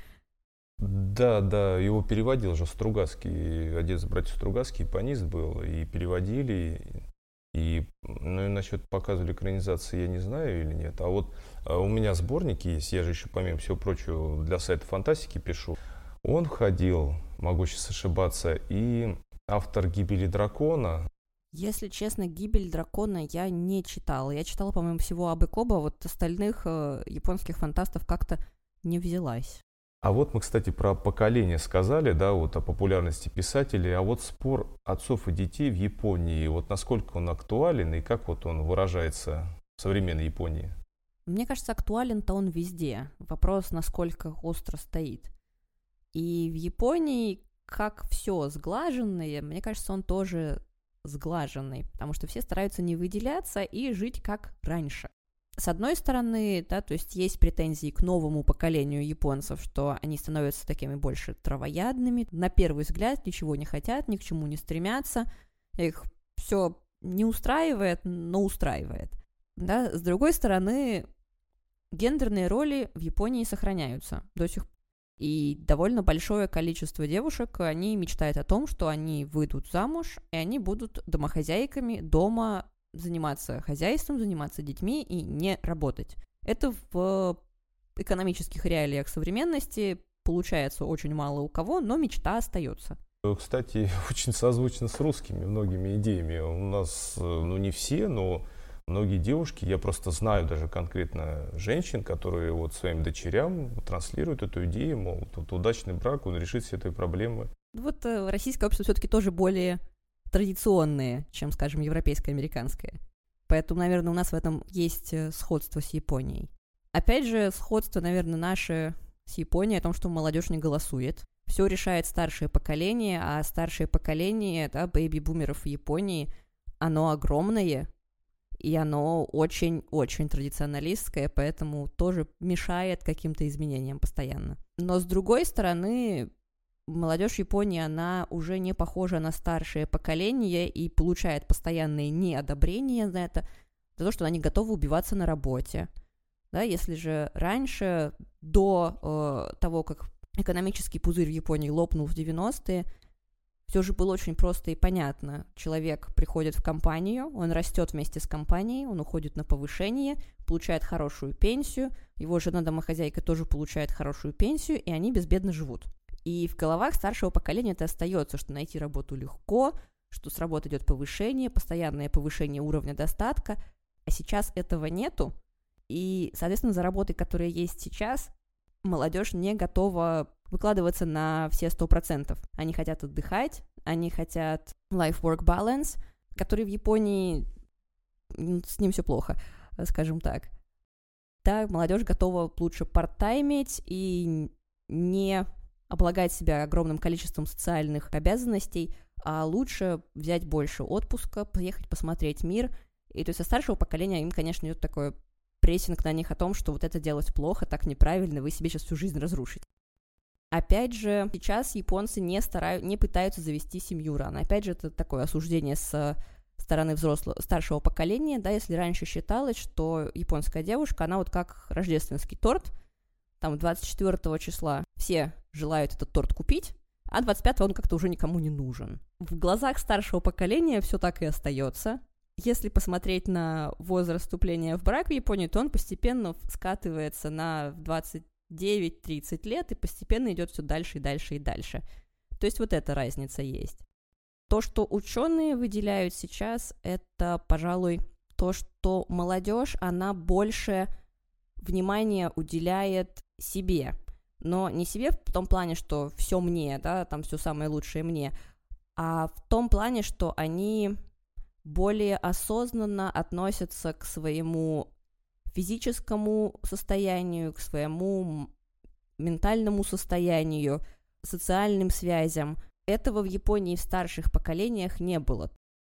Да, да, его переводил же Стругацкий, один из братьев Стругацкий, японист был, и переводили, и, ну, и насчет показывали экранизации я не знаю или нет, а вот а у меня сборники есть, я же еще, помимо всего прочего, для сайта фантастики пишу. Он входил, могу сейчас ошибаться, и автор «Гибели дракона». Если честно, «Гибель дракона» я не читала. Я читала, по-моему, всего Абе Кобо, вот остальных э, японских фантастов как-то не взялась. А вот мы, кстати, про поколение сказали, да, вот о популярности писателей, а вот спор отцов и детей в Японии, вот насколько он актуален и как вот он выражается в современной Японии? Мне кажется, актуален-то он везде. Вопрос, насколько остро стоит. И в Японии, как все сглаженное, мне кажется, он тоже сглаженный, потому что все стараются не выделяться и жить как раньше. С одной стороны, да, то есть есть претензии к новому поколению японцев, что они становятся такими больше травоядными, на первый взгляд ничего не хотят, ни к чему не стремятся, их все не устраивает, но устраивает. Да? С другой стороны, гендерные роли в Японии сохраняются до сих пор. И довольно большое количество девушек, они мечтают о том, что они выйдут замуж, и они будут домохозяйками дома, заниматься хозяйством, заниматься детьми и не работать. Это в экономических реалиях современности получается очень мало у кого, но мечта остается. Кстати, очень созвучно с русскими многими идеями. У нас, ну не все, но многие девушки, я просто знаю даже конкретно женщин, которые вот своим дочерям транслируют эту идею, мол, тут удачный брак, он решит все этой проблемы. Вот э, российское общество все-таки тоже более традиционные, чем, скажем, европейское, американское. Поэтому, наверное, у нас в этом есть сходство с Японией. Опять же, сходство, наверное, наше с Японией о том, что молодежь не голосует. Все решает старшее поколение, а старшее поколение, да, бэйби-бумеров в Японии, оно огромное, и оно очень-очень традиционалистское, поэтому тоже мешает каким-то изменениям постоянно. Но, с другой стороны, молодежь Японии, она уже не похожа на старшее поколение и получает постоянные неодобрения за это, за то, что они готовы убиваться на работе. Да, если же раньше, до э, того, как экономический пузырь в Японии лопнул в девяностые, все же было очень просто и понятно. Человек приходит в компанию, он растет вместе с компанией, он уходит на повышение, получает хорошую пенсию, его жена-домохозяйка тоже получает хорошую пенсию, и они безбедно живут. И в головах старшего поколения это остается, что найти работу легко, что с работы идет повышение, постоянное повышение уровня достатка, а сейчас этого нету, и, соответственно, за работой, которая есть сейчас, молодежь не готова выкладываться на все сто процентов. Они хотят отдыхать, они хотят life-work balance, который в Японии, с ним все плохо, скажем так. Да, молодежь готова лучше part-таймить и не облагать себя огромным количеством социальных обязанностей, а лучше взять больше отпуска, поехать посмотреть мир. И то есть со старшего поколения им, конечно, идет такой прессинг на них о том, что вот это делать плохо, так неправильно, вы себе сейчас всю жизнь разрушите. Опять же, сейчас японцы не, старают, не пытаются завести семью рано. Опять же, это такое осуждение с стороны взрослого, старшего поколения, да, если раньше считалось, что японская девушка, она вот как рождественский торт, там двадцать четвёртого числа все желают этот торт купить, а двадцать пятого он как-то уже никому не нужен. В глазах старшего поколения все так и остается. Если посмотреть на возраст вступления в брак в Японии, то он постепенно скатывается на двадцать девять-тридцать лет и постепенно идет все дальше и дальше и дальше. То есть вот эта разница есть. То, что ученые выделяют сейчас, это, пожалуй, то, что молодежь, она больше внимания уделяет себе. Но не себе в том плане, что все мне, да, там все самое лучшее мне, а в том плане, что они более осознанно относятся к своему физическому состоянию, к своему ментальному состоянию, социальным связям. Этого в Японии в старших поколениях не было.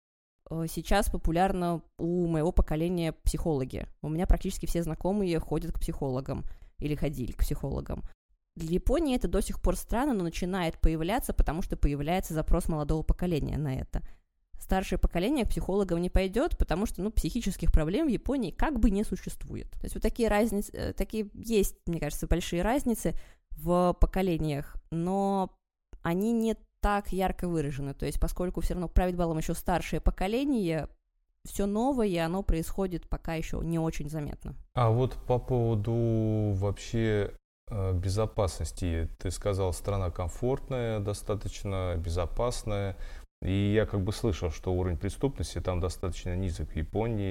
сейчас популярно у моего поколения психологи. У меня практически все знакомые ходят к психологам или ходили к психологам. Для Японии это до сих пор странно, но начинает появляться, потому что появляется запрос молодого поколения на это. Старшее поколение к психологам не пойдет, потому что, ну, психических проблем в Японии как бы не существует. То есть вот такие разницы, такие есть, мне кажется, большие разницы в поколениях, но они не так ярко выражены. То есть поскольку все равно правит балом еще старшее поколение, все новое, оно происходит пока еще не очень заметно. А вот по поводу вообще безопасности, ты сказал, страна комфортная, достаточно безопасная. И я как бы слышал, что уровень преступности там достаточно низок в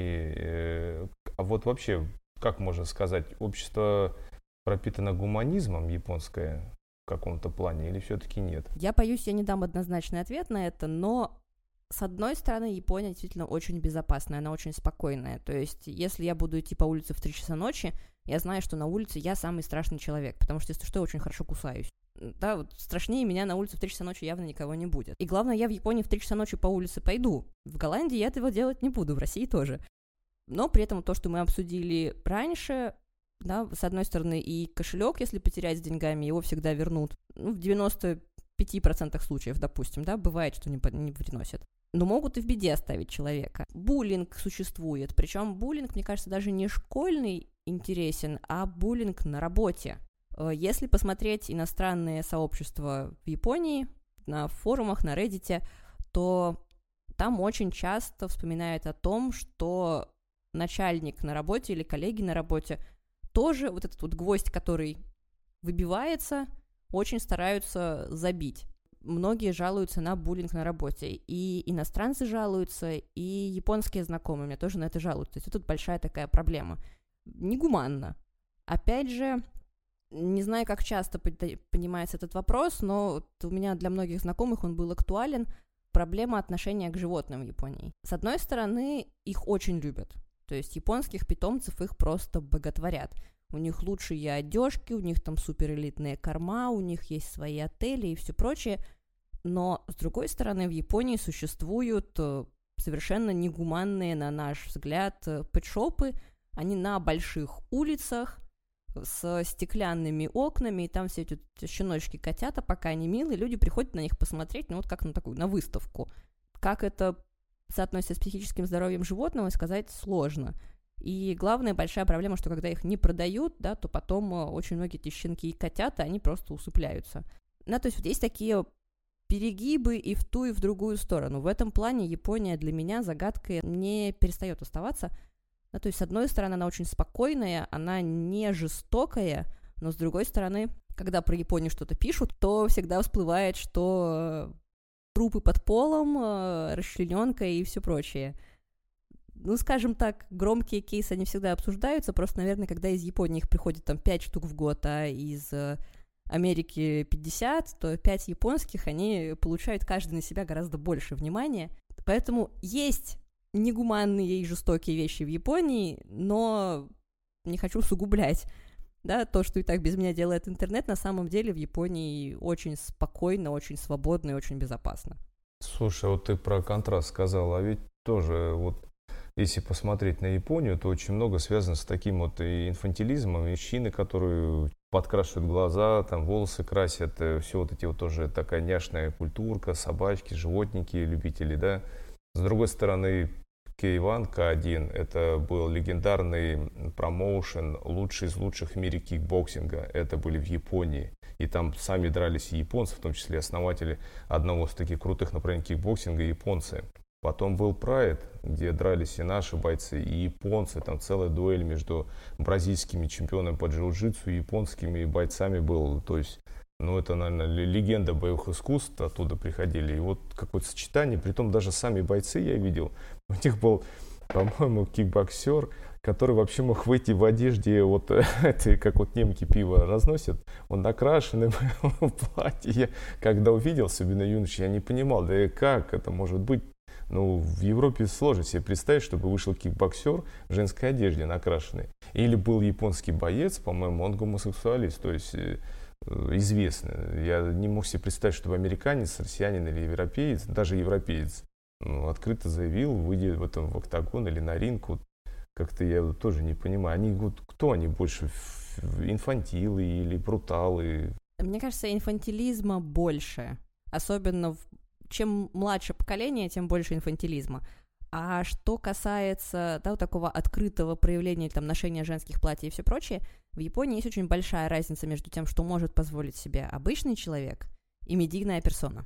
Японии. А вот вообще, как можно сказать, общество пропитано гуманизмом японское в каком-то плане или все-таки нет? Я боюсь, я не дам однозначный ответ на это, но с одной стороны, Япония действительно очень безопасная, она очень спокойная. То есть, если я буду идти по улице в три часа ночи, я знаю, что на улице я самый страшный человек, потому что, если что, я очень хорошо кусаюсь. Да, вот страшнее меня на улице в три часа ночи явно никого не будет. И главное, я в Японии в три часа ночи по улице пойду. В Голландии я этого делать не буду, в России тоже. Но при этом то, что мы обсудили раньше, да, с одной стороны, и кошелек, если потерять с деньгами, его всегда вернут. Ну, в девяноста пяти процентах случаев, допустим, да, бывает, что не, не приносят. Но могут и в беде оставить человека. Буллинг существует, причем буллинг, мне кажется, даже не школьный интересен, а буллинг на работе. Если посмотреть иностранные сообщества в Японии, на форумах, на Reddit, то там очень часто вспоминают о том, что начальник на работе или коллеги на работе тоже вот этот вот гвоздь, который выбивается, очень стараются забить. Многие жалуются на буллинг на работе, и иностранцы жалуются, и японские знакомые мне тоже на это жалуются. То есть это большая такая проблема. Негуманно. Опять же, не знаю, как часто понимается этот вопрос, но вот у меня для многих знакомых он был актуален. Проблема отношения к животным в Японии. С одной стороны, их очень любят. То есть японских питомцев их просто боготворят. У них лучшие одежки, у них там суперэлитные корма, у них есть свои отели и все прочее. Но, с другой стороны, в Японии существуют совершенно негуманные, на наш взгляд, пэтшопы. Они на больших улицах, с стеклянными окнами, и там все эти щеночки-котята, пока они милые, люди приходят на них посмотреть, ну вот как на такую, на выставку. Как это соотносится с психическим здоровьем животного, сказать сложно. И главная большая проблема, что когда их не продают, да, то потом очень многие эти щенки и котята, они просто усыпляются. Да, то есть вот есть такие перегибы и в ту, и в другую сторону. В этом плане Япония для меня загадкой не перестает оставаться. Да, то есть, с одной стороны, она очень спокойная, она не жестокая, но с другой стороны, когда про Японию что-то пишут, то всегда всплывает, что трупы под полом, расчлененка и все прочее. Ну, скажем так, громкие кейсы, они всегда обсуждаются, просто, наверное, когда из Японии их приходит там пять штук в год, а из Америки пятьдесят, то пять японских, они получают каждый на себя гораздо больше внимания. Поэтому есть негуманные и жестокие вещи в Японии, но не хочу усугублять, да, то, что и так без меня делает интернет, на самом деле в Японии очень спокойно, очень свободно и очень безопасно. Слушай, вот ты про контраст сказал, а ведь тоже вот если посмотреть на Японию, то очень много связано с таким вот и инфантилизмом, мужчины, которые подкрашивают глаза, там волосы красят, все вот эти вот тоже такая няшная культурка, собачки, животники, любители, да. С другой стороны, кей один, ка один, это был легендарный промоушен, лучший из лучших в мире кикбоксинга. Это были в Японии. И там сами дрались и японцы, в том числе основатели одного из таких крутых направлений кикбоксинга, японцы. Потом был Pride, где дрались и наши бойцы, и японцы. Там целая дуэль между бразильскими чемпионами по джиу-джитсу и японскими бойцами была. То есть, ну, это, наверное, легенда боевых искусств, оттуда приходили. И вот какое-то сочетание, притом даже сами бойцы я видел. У них был, по-моему, кикбоксер, который вообще мог выйти в одежде, вот это, как вот немки пиво разносят. Он накрашенный в платье. Я, когда увидел, особенно юноши, я не понимал, да и как это может быть. Ну, в Европе сложно себе представить, чтобы вышел кикбоксер в женской одежде накрашенный. Или был японский боец, по-моему, он гомосексуалист, то есть известный. Я не мог себе представить, чтобы американец, россиянин или европеец, даже европеец, ну, открыто заявил, выйдя в этом в октагон или на ринг. Вот как-то я вот тоже не понимаю. Они вот кто они больше? Инфантилы или бруталы? Мне кажется, инфантилизма больше. Особенно в... чем младше поколение, тем больше инфантилизма. А что касается, да, вот такого открытого проявления там, ношения женских платьев и все прочее, в Японии есть очень большая разница между тем, что может позволить себе обычный человек и медийная персона.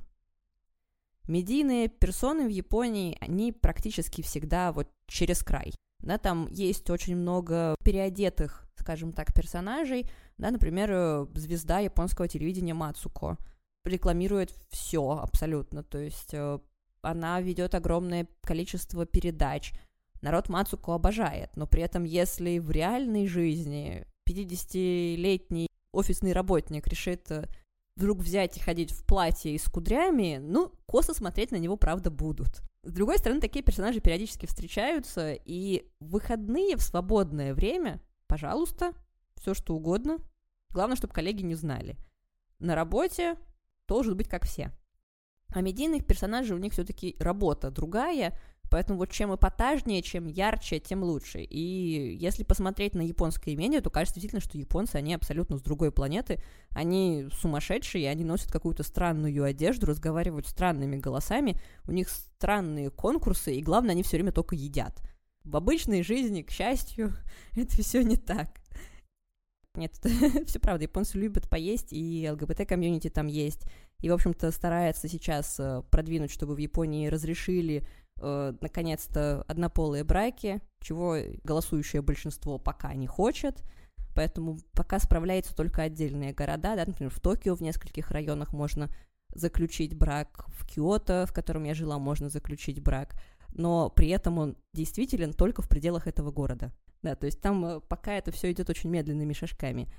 Медийные персоны в Японии, они практически всегда вот через край. Да, там есть очень много переодетых, скажем так, персонажей. Да, например, звезда японского телевидения Мацуко рекламирует все абсолютно, то есть она ведет огромное количество передач. Народ Мацуко обожает, но при этом, если в реальной жизни пятидесятилетний офисный работник решит вдруг взять и ходить в платье и с кудрями, ну, косо смотреть на него, правда, будут. С другой стороны, такие персонажи периодически встречаются, и в выходные, в свободное время, пожалуйста, все что угодно. Главное, чтобы коллеги не знали. На работе должен быть как все. А медийных персонажей у них все-таки работа другая, поэтому вот чем эпатажнее, чем ярче, тем лучше. И если посмотреть на японское медиа, то кажется действительно, что японцы, они абсолютно с другой планеты, они сумасшедшие, они носят какую-то странную одежду, разговаривают странными голосами, у них странные конкурсы, и главное, они все время только едят. В обычной жизни, к счастью, это все не так. Нет, это все правда, японцы любят поесть, и ЛГБТ-комьюнити там есть, и, в общем-то, старается сейчас продвинуть, чтобы в Японии разрешили, э, наконец-то, однополые браки, чего голосующее большинство пока не хочет, поэтому пока справляются только отдельные города, да, например, в Токио в нескольких районах можно заключить брак, в Киото, в котором я жила, можно заключить брак, но при этом он действителен только в пределах этого города. Да, то есть там пока это все идет очень медленными шажками.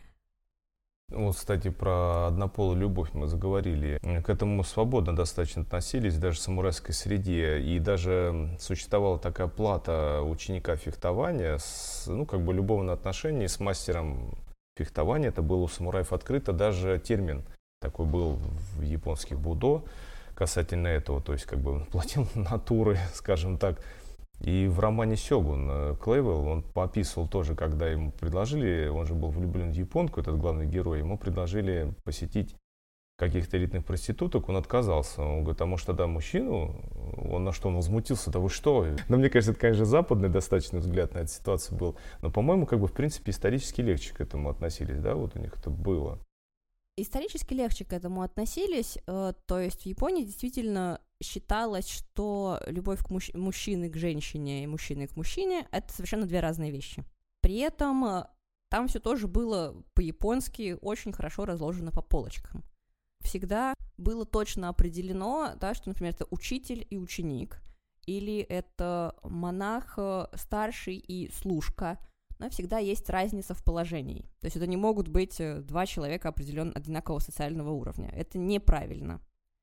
Вот, кстати, про однополую любовь мы заговорили. К этому свободно достаточно относились, даже в самурайской среде. И даже существовала такая плата ученика фехтования, с, ну, как бы любовные отношения с мастером фехтования. Это было у самураев открыто, даже термин такой был в японских будо касательно этого. То есть, как бы он платил натурой, скажем так. И в романе «Сёгун» Клейвелл, он поописывал тоже, когда ему предложили, он же был влюблен в японку, этот главный герой, ему предложили посетить каких-то элитных проституток, он отказался. Он говорит, а может тогда мужчину? Он на что, он возмутился, да вы что? Но мне кажется, это, конечно, западный достаточно взгляд на эту ситуацию был. Но, по-моему, как бы, в принципе, исторически легче к этому относились, да, вот у них это было. Исторически легче к этому относились, э, то есть в Японии действительно считалось, что любовь к муж- мужчины к женщине и мужчины к мужчине — это совершенно две разные вещи. При этом э, там все тоже было по-японски очень хорошо разложено по полочкам. Всегда было точно определено, да, что, например, это учитель и ученик, или это монах старший и служка, но всегда есть разница в положении. То есть это не могут быть два человека определенно одинакового социального уровня. Это неправильно.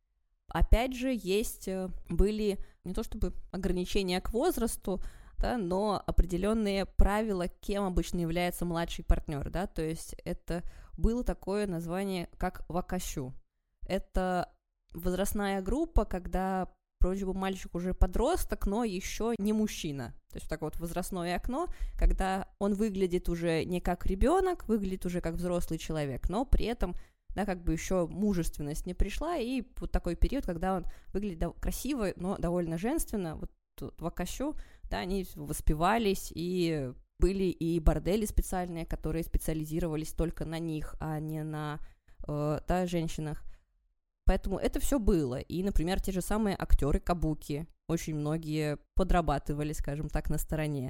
Опять же, есть, были не то чтобы ограничения к возрасту, да, но определенные правила, кем обычно является младший партнер. Да? То есть это было такое название, как вакасю. Это возрастная группа, когда вроде бы мальчик уже подросток, но еще не мужчина. То есть такое вот возрастное окно, когда он выглядит уже не как ребенок, выглядит уже как взрослый человек, но при этом, да, как бы еще мужественность не пришла, и вот такой период, когда он выглядит красиво, но довольно женственно, вот вакасю, да, они воспевались, и были и бордели специальные, которые специализировались только на них, а не на э, да, женщинах. Поэтому это все было. И, например, те же самые актеры кабуки, очень многие подрабатывали, скажем так, на стороне.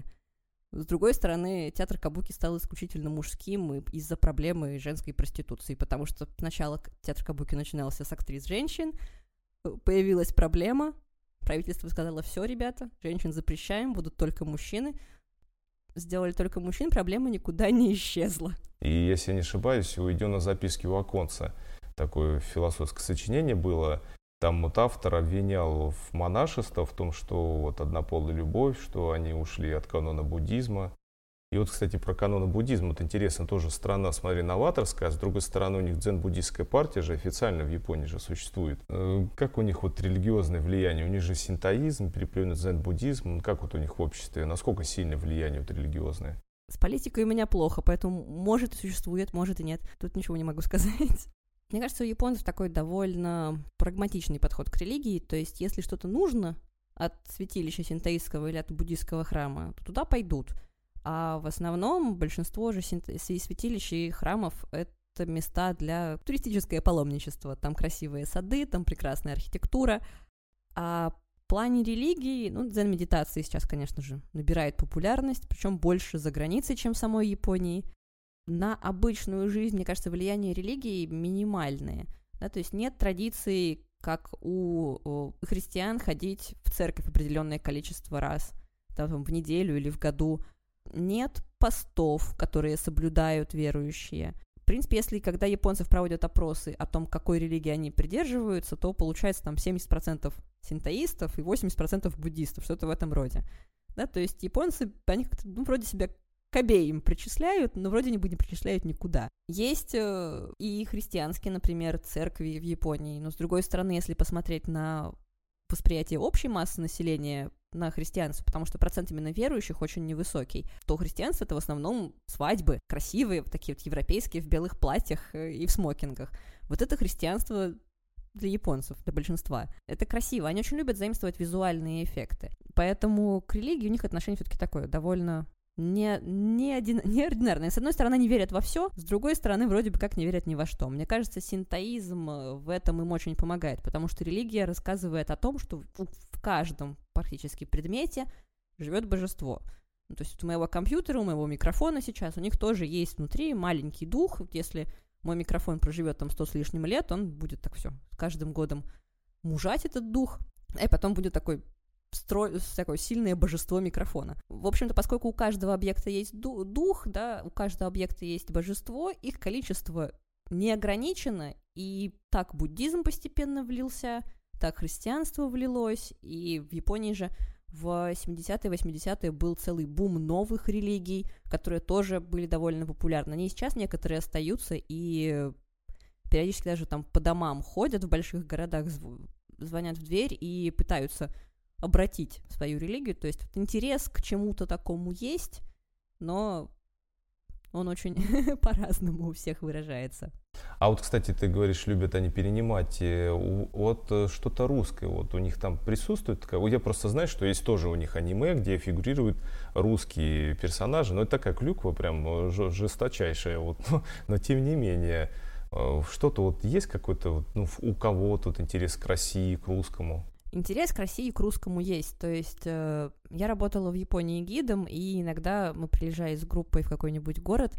С другой стороны, театр кабуки стал исключительно мужским из-за проблемы женской проституции, потому что сначала театр кабуки начинался с актрис женщин, появилась проблема, правительство сказало, все, ребята, женщин запрещаем, будут только мужчины. Сделали только мужчин, проблема никуда не исчезла. И, если я не ошибаюсь, уйдем на записки у оконца. Такое философское сочинение было. Там вот автор обвинял в монашество, в том, что вот однополая любовь, что они ушли от канона буддизма. И И вот, кстати, про каноны буддизма, вот интересно, тоже страна, смотри, новаторская, а с другой стороны у них дзен-буддистская партия же официально в Японии же существует. Как у них вот религиозное влияние? У них же синтоизм, переплетенный дзен-буддизм, как вот у них в обществе, насколько сильное влияние вот религиозное? С политикой у меня плохо, поэтому может и существует, может и нет. Тут ничего не могу сказать. Мне кажется, у японцев такой довольно прагматичный подход к религии, то есть если что-то нужно от святилища синтоистского или от буддийского храма, то туда пойдут. А в основном большинство же святилищ и храмов — это места для туристического паломничества. Там красивые сады, там прекрасная архитектура. А в плане религии, ну, дзен-медитация сейчас, конечно же, набирает популярность, причем больше за границей, чем в самой Японии. На обычную жизнь, мне кажется, влияние религии минимальное. Да, то есть нет традиции, как у, у христиан, ходить в церковь определенное количество раз, там, в неделю или в году. Нет постов, которые соблюдают верующие. В принципе, если когда японцев проводят опросы о том, какой религии они придерживаются, то получается там семьдесят процентов синтоистов и восемьдесят процентов буддистов, что-то в этом роде. Да, то есть японцы, они как-то, ну, вроде себя к обеим причисляют, но вроде не не причисляют никуда. Есть э, и христианские, например, церкви в Японии, но с другой стороны, если посмотреть на восприятие общей массы населения на христианство, потому что процент именно верующих очень невысокий, то христианство — это в основном свадьбы, красивые, такие вот европейские, в белых платьях и в смокингах. Вот это христианство для японцев, для большинства. Это красиво. Они очень любят заимствовать визуальные эффекты. Поэтому к религии у них отношение все-таки такое, довольно не, не один, неординарное. С одной стороны, они верят во все, с другой стороны, вроде бы как не верят ни во что. Мне кажется, синтоизм в этом им очень помогает, потому что религия рассказывает о том, что в, в каждом практически предмете живет божество. Ну, то есть у моего компьютера, у моего микрофона сейчас, у них тоже есть внутри маленький дух. Если мой микрофон проживет там сто с лишним лет, он будет так все с каждым годом мужать этот дух, и потом будет такой Стро... такое сильное божество микрофона. В общем-то, поскольку у каждого объекта есть ду- дух, да, у каждого объекта есть божество, их количество не ограничено, и так буддизм постепенно влился, так христианство влилось, и в Японии же в семидесятые, восьмидесятые был целый бум новых религий, которые тоже были довольно популярны. Они и сейчас некоторые остаются, и периодически даже там по домам ходят в больших городах, зв- звонят в дверь и пытаются обратить свою религию, то есть вот интерес к чему-то такому есть, но он очень по-разному у всех выражается. А вот, кстати, ты говоришь, любят они перенимать вот что-то русское, вот у них там присутствует, я просто знаю, что есть тоже у них аниме, где фигурируют русские персонажи, но это такая клюква прям жесточайшая, вот, но, но тем не менее, что-то вот есть какой-то, вот, ну, у кого тут интерес к России, к русскому? Интерес к России и к русскому есть, то есть э, я работала в Японии гидом, и иногда мы приезжали с группой в какой-нибудь город,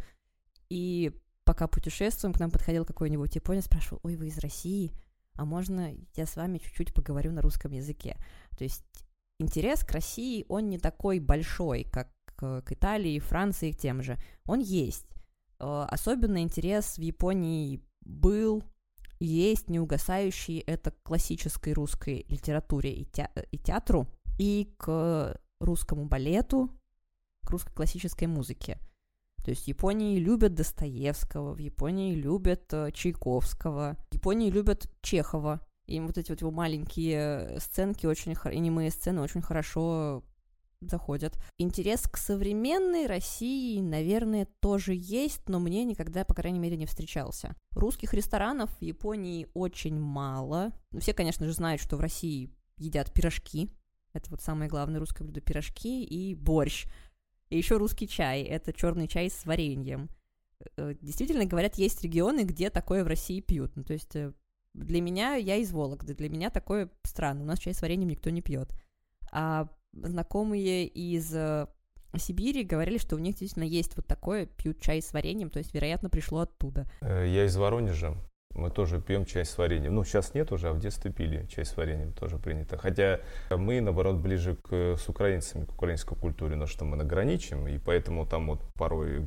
и пока путешествуем, к нам подходил какой-нибудь японец, спрашивал: ой, вы из России, а можно я с вами чуть-чуть поговорю на русском языке? То есть интерес к России, он не такой большой, как к Италии, Франции, к тем же, он есть. Э, особенно интерес в Японии был, есть неугасающий, это к классической русской литературе и, те, и театру, и к русскому балету, к русской классической музыке. То есть в Японии любят Достоевского, в Японии любят uh, Чайковского, в Японии любят Чехова. И вот эти вот его маленькие сценки, очень, аниме сцены очень хорошо заходят. Интерес к современной России, наверное, тоже есть, но мне никогда, по крайней мере, не встречался. Русских ресторанов в Японии очень мало. Все, конечно же, знают, что в России едят пирожки. Это вот самое главное русское блюдо — пирожки и борщ. И еще русский чай — это черный чай с вареньем. Действительно, говорят, есть регионы, где такое в России пьют. Ну, то есть для меня, я из Вологды, для меня такое странно. У нас чай с вареньем никто не пьет. А знакомые из э, Сибири говорили, что у них действительно есть вот такое, пьют чай с вареньем, то есть, вероятно, пришло оттуда. Я из Воронежа, мы тоже пьем чай с вареньем. Ну, сейчас нет уже, а в детстве пили чай с вареньем, тоже принято. Хотя мы, наоборот, ближе к, с украинцами, к украинской культуре, но что мы награничим, и поэтому там вот порой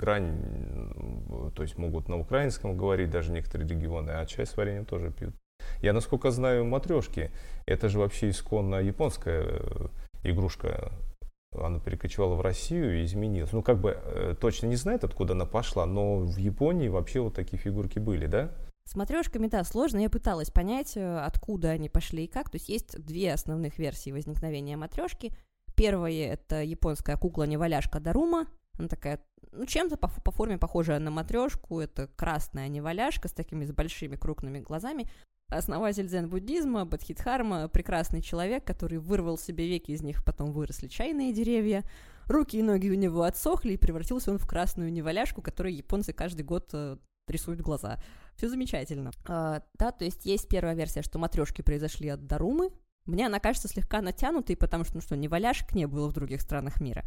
грань, то есть могут на украинском говорить даже некоторые регионы, а чай с вареньем тоже пьют. Я, насколько знаю, матрешки, это же вообще исконно японская игрушка. она перекочевала в Россию и изменилась. Ну, как бы э, точно не знает, откуда она пошла, но в Японии вообще вот такие фигурки были, да? С матрешками, да, сложно. Я пыталась понять, откуда они пошли и как. То есть есть две основных версии возникновения матрешки. Первая — это японская кукла-неваляшка Дарума. Она такая, ну, чем-то по, по форме похожая на матрешку. Это красная неваляшка с такими с большими крупными глазами. Основатель дзен-буддизма Бодхидхарма, прекрасный человек, который вырвал себе веки, из них потом выросли чайные деревья. Руки и ноги у него отсохли, и превратился он в красную неваляшку, которой японцы каждый год рисуют глаза. Все замечательно. А, да, то есть есть первая версия, что матрешки произошли от Дарумы. Мне она кажется слегка натянутой, потому что, ну что, неваляшек не было в других странах мира.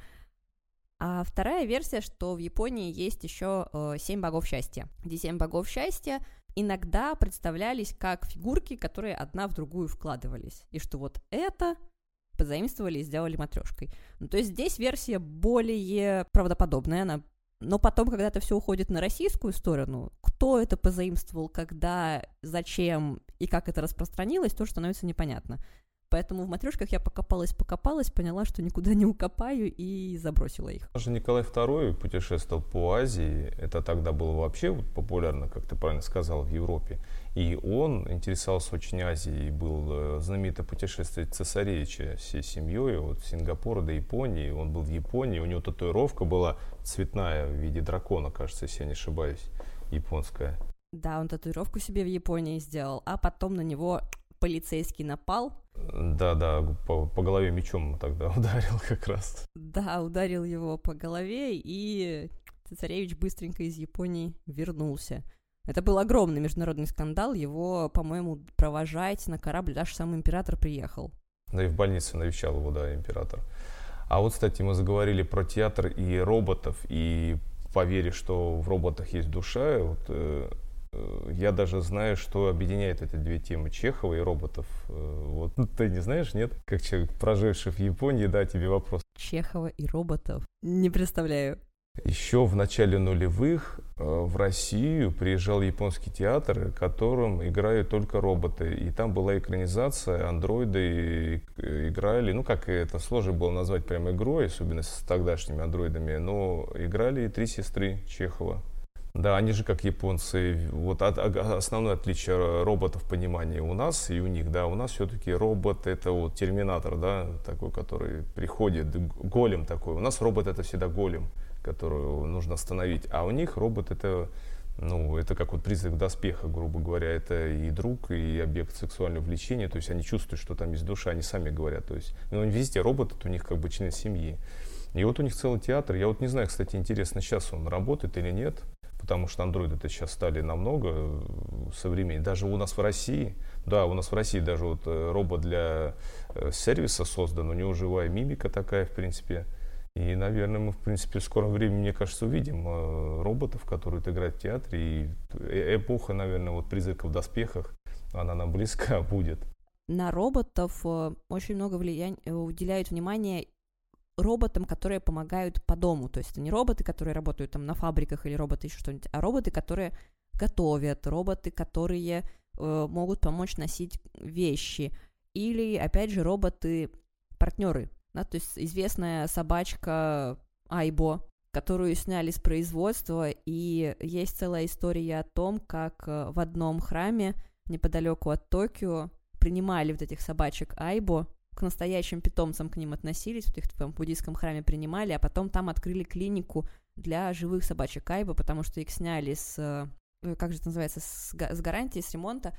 А вторая версия, что в Японии есть еще э, семь богов счастья. Где семь богов счастья иногда представлялись как фигурки, которые одна в другую вкладывались. И что вот это позаимствовали и сделали матрешкой. Ну, то есть здесь версия более правдоподобная, она. Но потом, когда это все уходит на российскую сторону, кто это позаимствовал, когда, зачем и как это распространилось, тоже становится непонятно. Поэтому в матрешках я покопалась-покопалась, поняла, что никуда не укопаю, и забросила их. Даже Николай второй путешествовал по Азии, это тогда было вообще вот популярно, как ты правильно сказал, в Европе. И он интересовался очень Азией, был знаменитый путешествие цесаревича всей семьей, от Сингапура до Японии. Он был в Японии, у него татуировка была цветная в виде дракона, кажется, если я не ошибаюсь, японская. Да, он татуировку себе в Японии сделал, а потом на него полицейский напал. Да-да, по, по голове мечом тогда ударил как раз. Да, ударил его по голове, и цесаревич быстренько из Японии вернулся. Это был огромный международный скандал, его, по-моему, провожать на корабль даже сам император приехал. Да и в больнице навещал его, да, император. А вот, кстати, мы заговорили про театр и роботов, и поверив, что в роботах есть душа, вот, э, э, я даже знаю, что объединяет эти две темы, Чехова и роботов. Э, вот ты не знаешь, нет? Как человек, проживший в Японии, да, тебе вопрос. Чехова и роботов? Не представляю. Еще в начале нулевых э, в Россию приезжал японский театр, в котором играют только роботы. И там была экранизация, андроиды играли, ну как это сложно было назвать прям игрой, особенно с тогдашними андроидами, но играли три сестры Чехова. Да, они же как японцы. Вот от, основное отличие роботов в понимании у нас и у них, да, у нас все-таки робот это вот терминатор, да, такой, который приходит, голем такой. У нас робот это всегда голем, которую нужно остановить. А у них робот это, ну, это как вот призрак в доспехах, грубо говоря, это и друг, и объект сексуального влечения, то есть они чувствуют, что там есть душа, они сами говорят, то есть, ну, везде робот, это у них как бы член семьи. И вот у них целый театр, я вот не знаю, кстати, интересно, сейчас он работает или нет, потому что андроиды-то сейчас стали намного современнее. Даже у нас в России, да, у нас в России даже вот робот для сервиса создан, у него живая мимика такая, в принципе. И, наверное, мы, в принципе, в скором времени, мне кажется, увидим роботов, которые играют в театре. И эпоха, наверное, вот призраков в доспехах, она нам близка будет. На роботов очень много влияния, уделяют внимание роботам, которые помогают по дому. То есть это не роботы, которые работают там на фабриках или роботы еще что-нибудь, а роботы, которые готовят, роботы, которые э, могут помочь носить вещи. Или, опять же, роботы-партнеры. Да, то есть известная собачка Айбо, которую сняли с производства, и есть целая история о том, как в одном храме неподалеку от Токио принимали вот этих собачек Айбо, к настоящим питомцам к ним относились, вот их в буддийском храме принимали, а потом там открыли клинику для живых собачек Айбо, потому что их сняли с, как же это называется, с, с гарантии, с ремонта,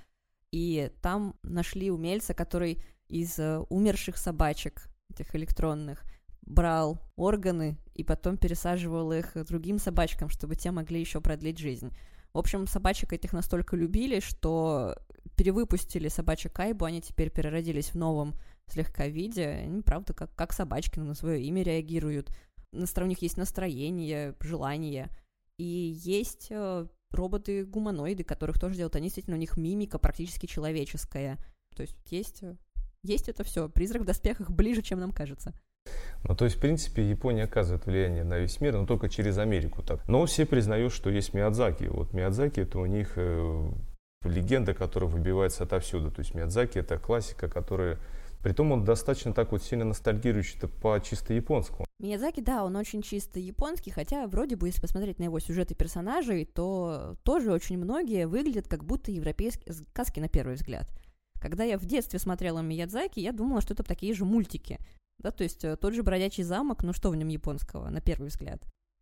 и там нашли умельца, который из умерших собачек, этих электронных, брал органы и потом пересаживал их другим собачкам, чтобы те могли еще продлить жизнь. В общем, собачек этих настолько любили, что перевыпустили собачек Айбу, они теперь переродились в новом слегка виде. Они, правда, как, как собачки, на свое имя реагируют. У них есть настроение, желание. И есть э, роботы-гуманоиды, которых тоже делают. Они, действительно, у них мимика практически человеческая. То есть есть, есть это все. Призрак в доспехах ближе, чем нам кажется. Ну, то есть, в принципе, Япония оказывает влияние на весь мир, но только через Америку. Так. Но все признают, что есть Миядзаки. Вот Миядзаки — это у них э, легенда, которая выбивается отовсюду. То есть Миядзаки — это классика, которая Притом он достаточно так вот сильно ностальгирующий по чисто японскому. Миядзаки, да, он очень чисто японский, хотя вроде бы, если посмотреть на его сюжеты персонажей, то тоже очень многие выглядят как будто европейские сказки на первый взгляд. Когда я в детстве смотрела Миядзаки, я думала, что это такие же мультики. Да, то есть тот же «Бродячий замок», ну что в нем японского, на первый взгляд?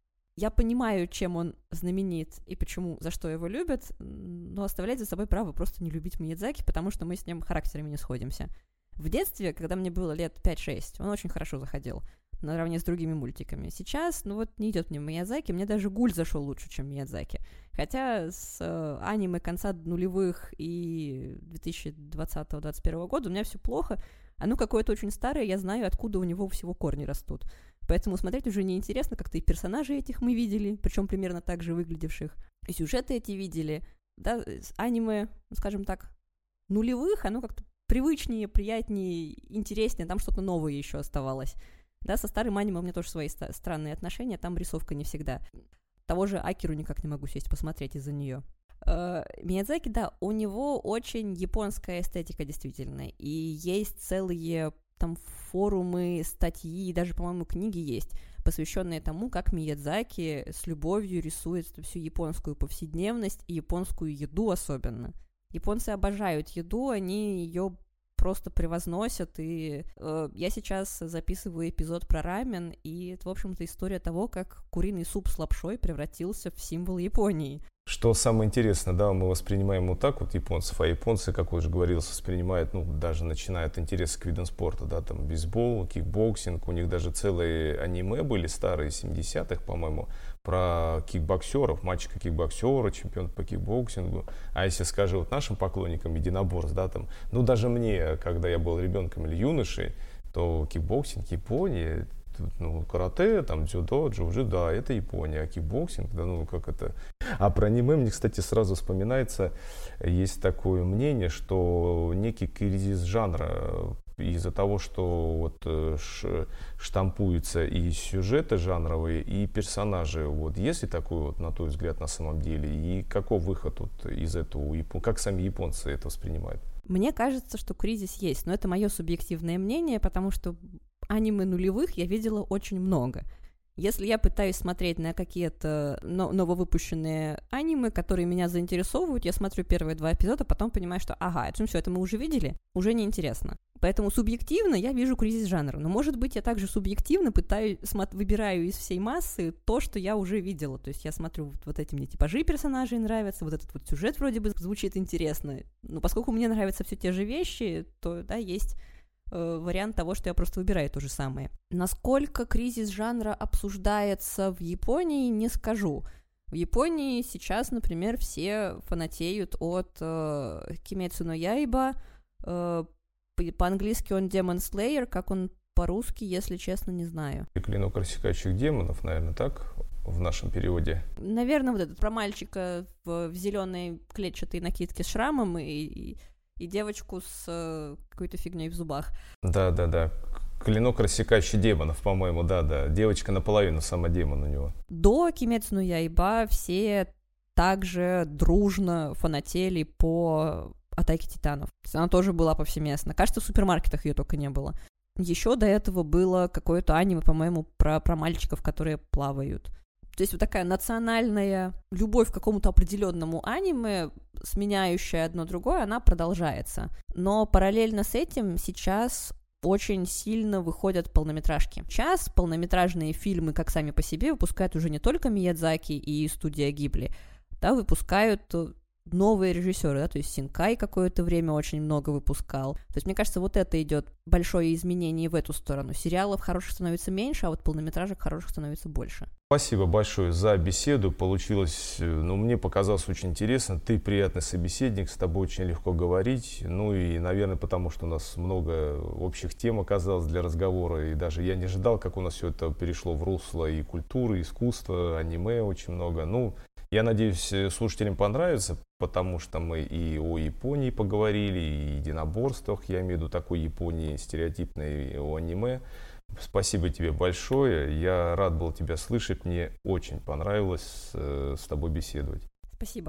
Я понимаю, чем он знаменит и почему, за что его любят, но оставлять за собой право просто не любить Миядзаки, потому что мы с ним характерами не сходимся. В детстве, когда мне было лет пять-шесть, он очень хорошо заходил, наравне с другими мультиками. Сейчас, ну вот, не идет мне Миядзаки, мне даже Гуль зашел лучше, чем Миядзаки. Хотя с э, аниме конца нулевых и две тысячи двадцатого — двадцать первого года у меня все плохо. Оно какое-то очень старое, я знаю, откуда у него всего корни растут. Поэтому смотреть уже неинтересно, как-то и персонажей этих мы видели, причем примерно так же выглядевших, и сюжеты эти видели. Да, аниме, скажем так, нулевых, оно как-то привычнее, приятнее, интереснее, там что-то новое еще оставалось. Да, со старым аниме у меня тоже свои ста- странные отношения, там рисовка не всегда. Того же Акиру никак не могу сесть посмотреть из-за нее. Uh, Миядзаки, да, у него очень японская эстетика, действительно, и есть целые там форумы, статьи, даже, по-моему, книги есть, посвященные тому, как Миядзаки с любовью рисует всю японскую повседневность и японскую еду особенно. Японцы обожают еду, они ее просто превозносят, и э, я сейчас записываю эпизод про рамен, и это, в общем-то, история того, как куриный суп с лапшой превратился в символ Японии. Что самое интересное, да, мы воспринимаем вот так вот японцев, а японцы, как уже говорилось, воспринимают, ну, даже начиная от интереса к видам спорта, да, там, бейсбол, кикбоксинг, у них даже целые аниме были старые, семидесятых, по-моему, про кикбоксеров, мальчика кикбоксера, чемпион по кикбоксингу. А если, скажем, вот нашим поклонникам единоборств, да, там, ну, даже мне, когда я был ребенком или юношей, то кикбоксинг, Япония, ну, карате, там, дзюдо, джиу-джитсу, да, это Япония, а кикбоксинг, да, ну, как это... А про аниме мне, кстати, сразу вспоминается, есть такое мнение, что некий кризис жанра из-за того, что вот ш, штампуются и сюжеты жанровые, и персонажи. Вот есть ли такой вот, на твой взгляд, на самом деле? И каков выход вот из этого? Как сами японцы это воспринимают? Мне кажется, что кризис есть, но это мое субъективное мнение, потому что аниме нулевых я видела очень много. Если я пытаюсь смотреть на какие-то нововыпущенные аниме, которые меня заинтересовывают, я смотрю первые два эпизода, потом понимаю, что ага, это все, это мы уже видели, уже неинтересно. Поэтому субъективно я вижу кризис жанра. Но, может быть, я также субъективно пытаюсь, выбираю из всей массы то, что я уже видела. То есть я смотрю, вот, вот эти мне типажи персонажей нравятся, вот этот вот сюжет вроде бы звучит интересно. Но поскольку мне нравятся все те же вещи, то, да, есть э, вариант того, что я просто выбираю то же самое. Насколько кризис жанра обсуждается в Японии, не скажу. В Японии сейчас, например, все фанатеют от э, Кимецу но Яйба, э, по-английски он Demon Slayer, как он по-русски, если честно, не знаю. «Клинок рассекающих демонов», наверное, так в нашем переводе? Наверное, вот этот про мальчика в, в зеленой клетчатой накидке с шрамом и, и, и девочку с э, какой-то фигней в зубах. Да-да-да. «Клинок рассекающий демонов», по-моему, да-да. Девочка наполовину, сама демон у него. До Кимецу но Яйба все также дружно фанатели по «Атаке титанов». Она тоже была повсеместно. Кажется, в супермаркетах ее только не было. Еще до этого было какое-то аниме, по-моему, про, про мальчиков, которые плавают. То есть вот такая национальная любовь к какому-то определенному аниме, сменяющая одно другое, она продолжается. Но параллельно с этим сейчас очень сильно выходят полнометражки. Сейчас полнометражные фильмы, как сами по себе, выпускают уже не только Миядзаки и студия Гибли, да, выпускают новые режиссеры, да, то есть Синкай какое-то время очень много выпускал. То есть, мне кажется, вот это идет большое изменение в эту сторону. Сериалов хороших становится меньше, а вот полнометражек хороших становится больше. Спасибо большое за беседу. Получилось, ну, мне показалось очень интересно. Ты приятный собеседник, с тобой очень легко говорить. Ну и, наверное, потому что у нас много общих тем оказалось для разговора. И даже я не ожидал, как у нас все это перешло в русло и культуры, и искусства, аниме очень много. Ну, я надеюсь, слушателям понравится, потому что мы и о Японии поговорили, и о единоборствах, я имею в виду такой Японии стереотипной, о аниме. Спасибо тебе большое, я рад был тебя слышать, мне очень понравилось э, с тобой беседовать. Спасибо.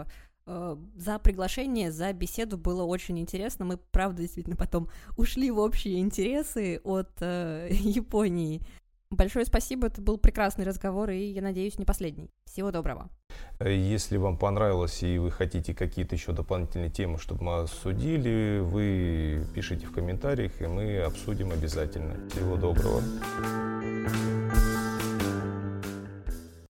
за приглашение, за беседу. Было очень интересно. Мы, правда, действительно потом ушли в общие интересы от э, Японии. Большое спасибо, это был прекрасный разговор, и, я надеюсь, не последний. Всего доброго. Если вам понравилось и вы хотите какие-то еще дополнительные темы, чтобы мы обсудили, вы пишите в комментариях, и мы обсудим обязательно. Всего доброго.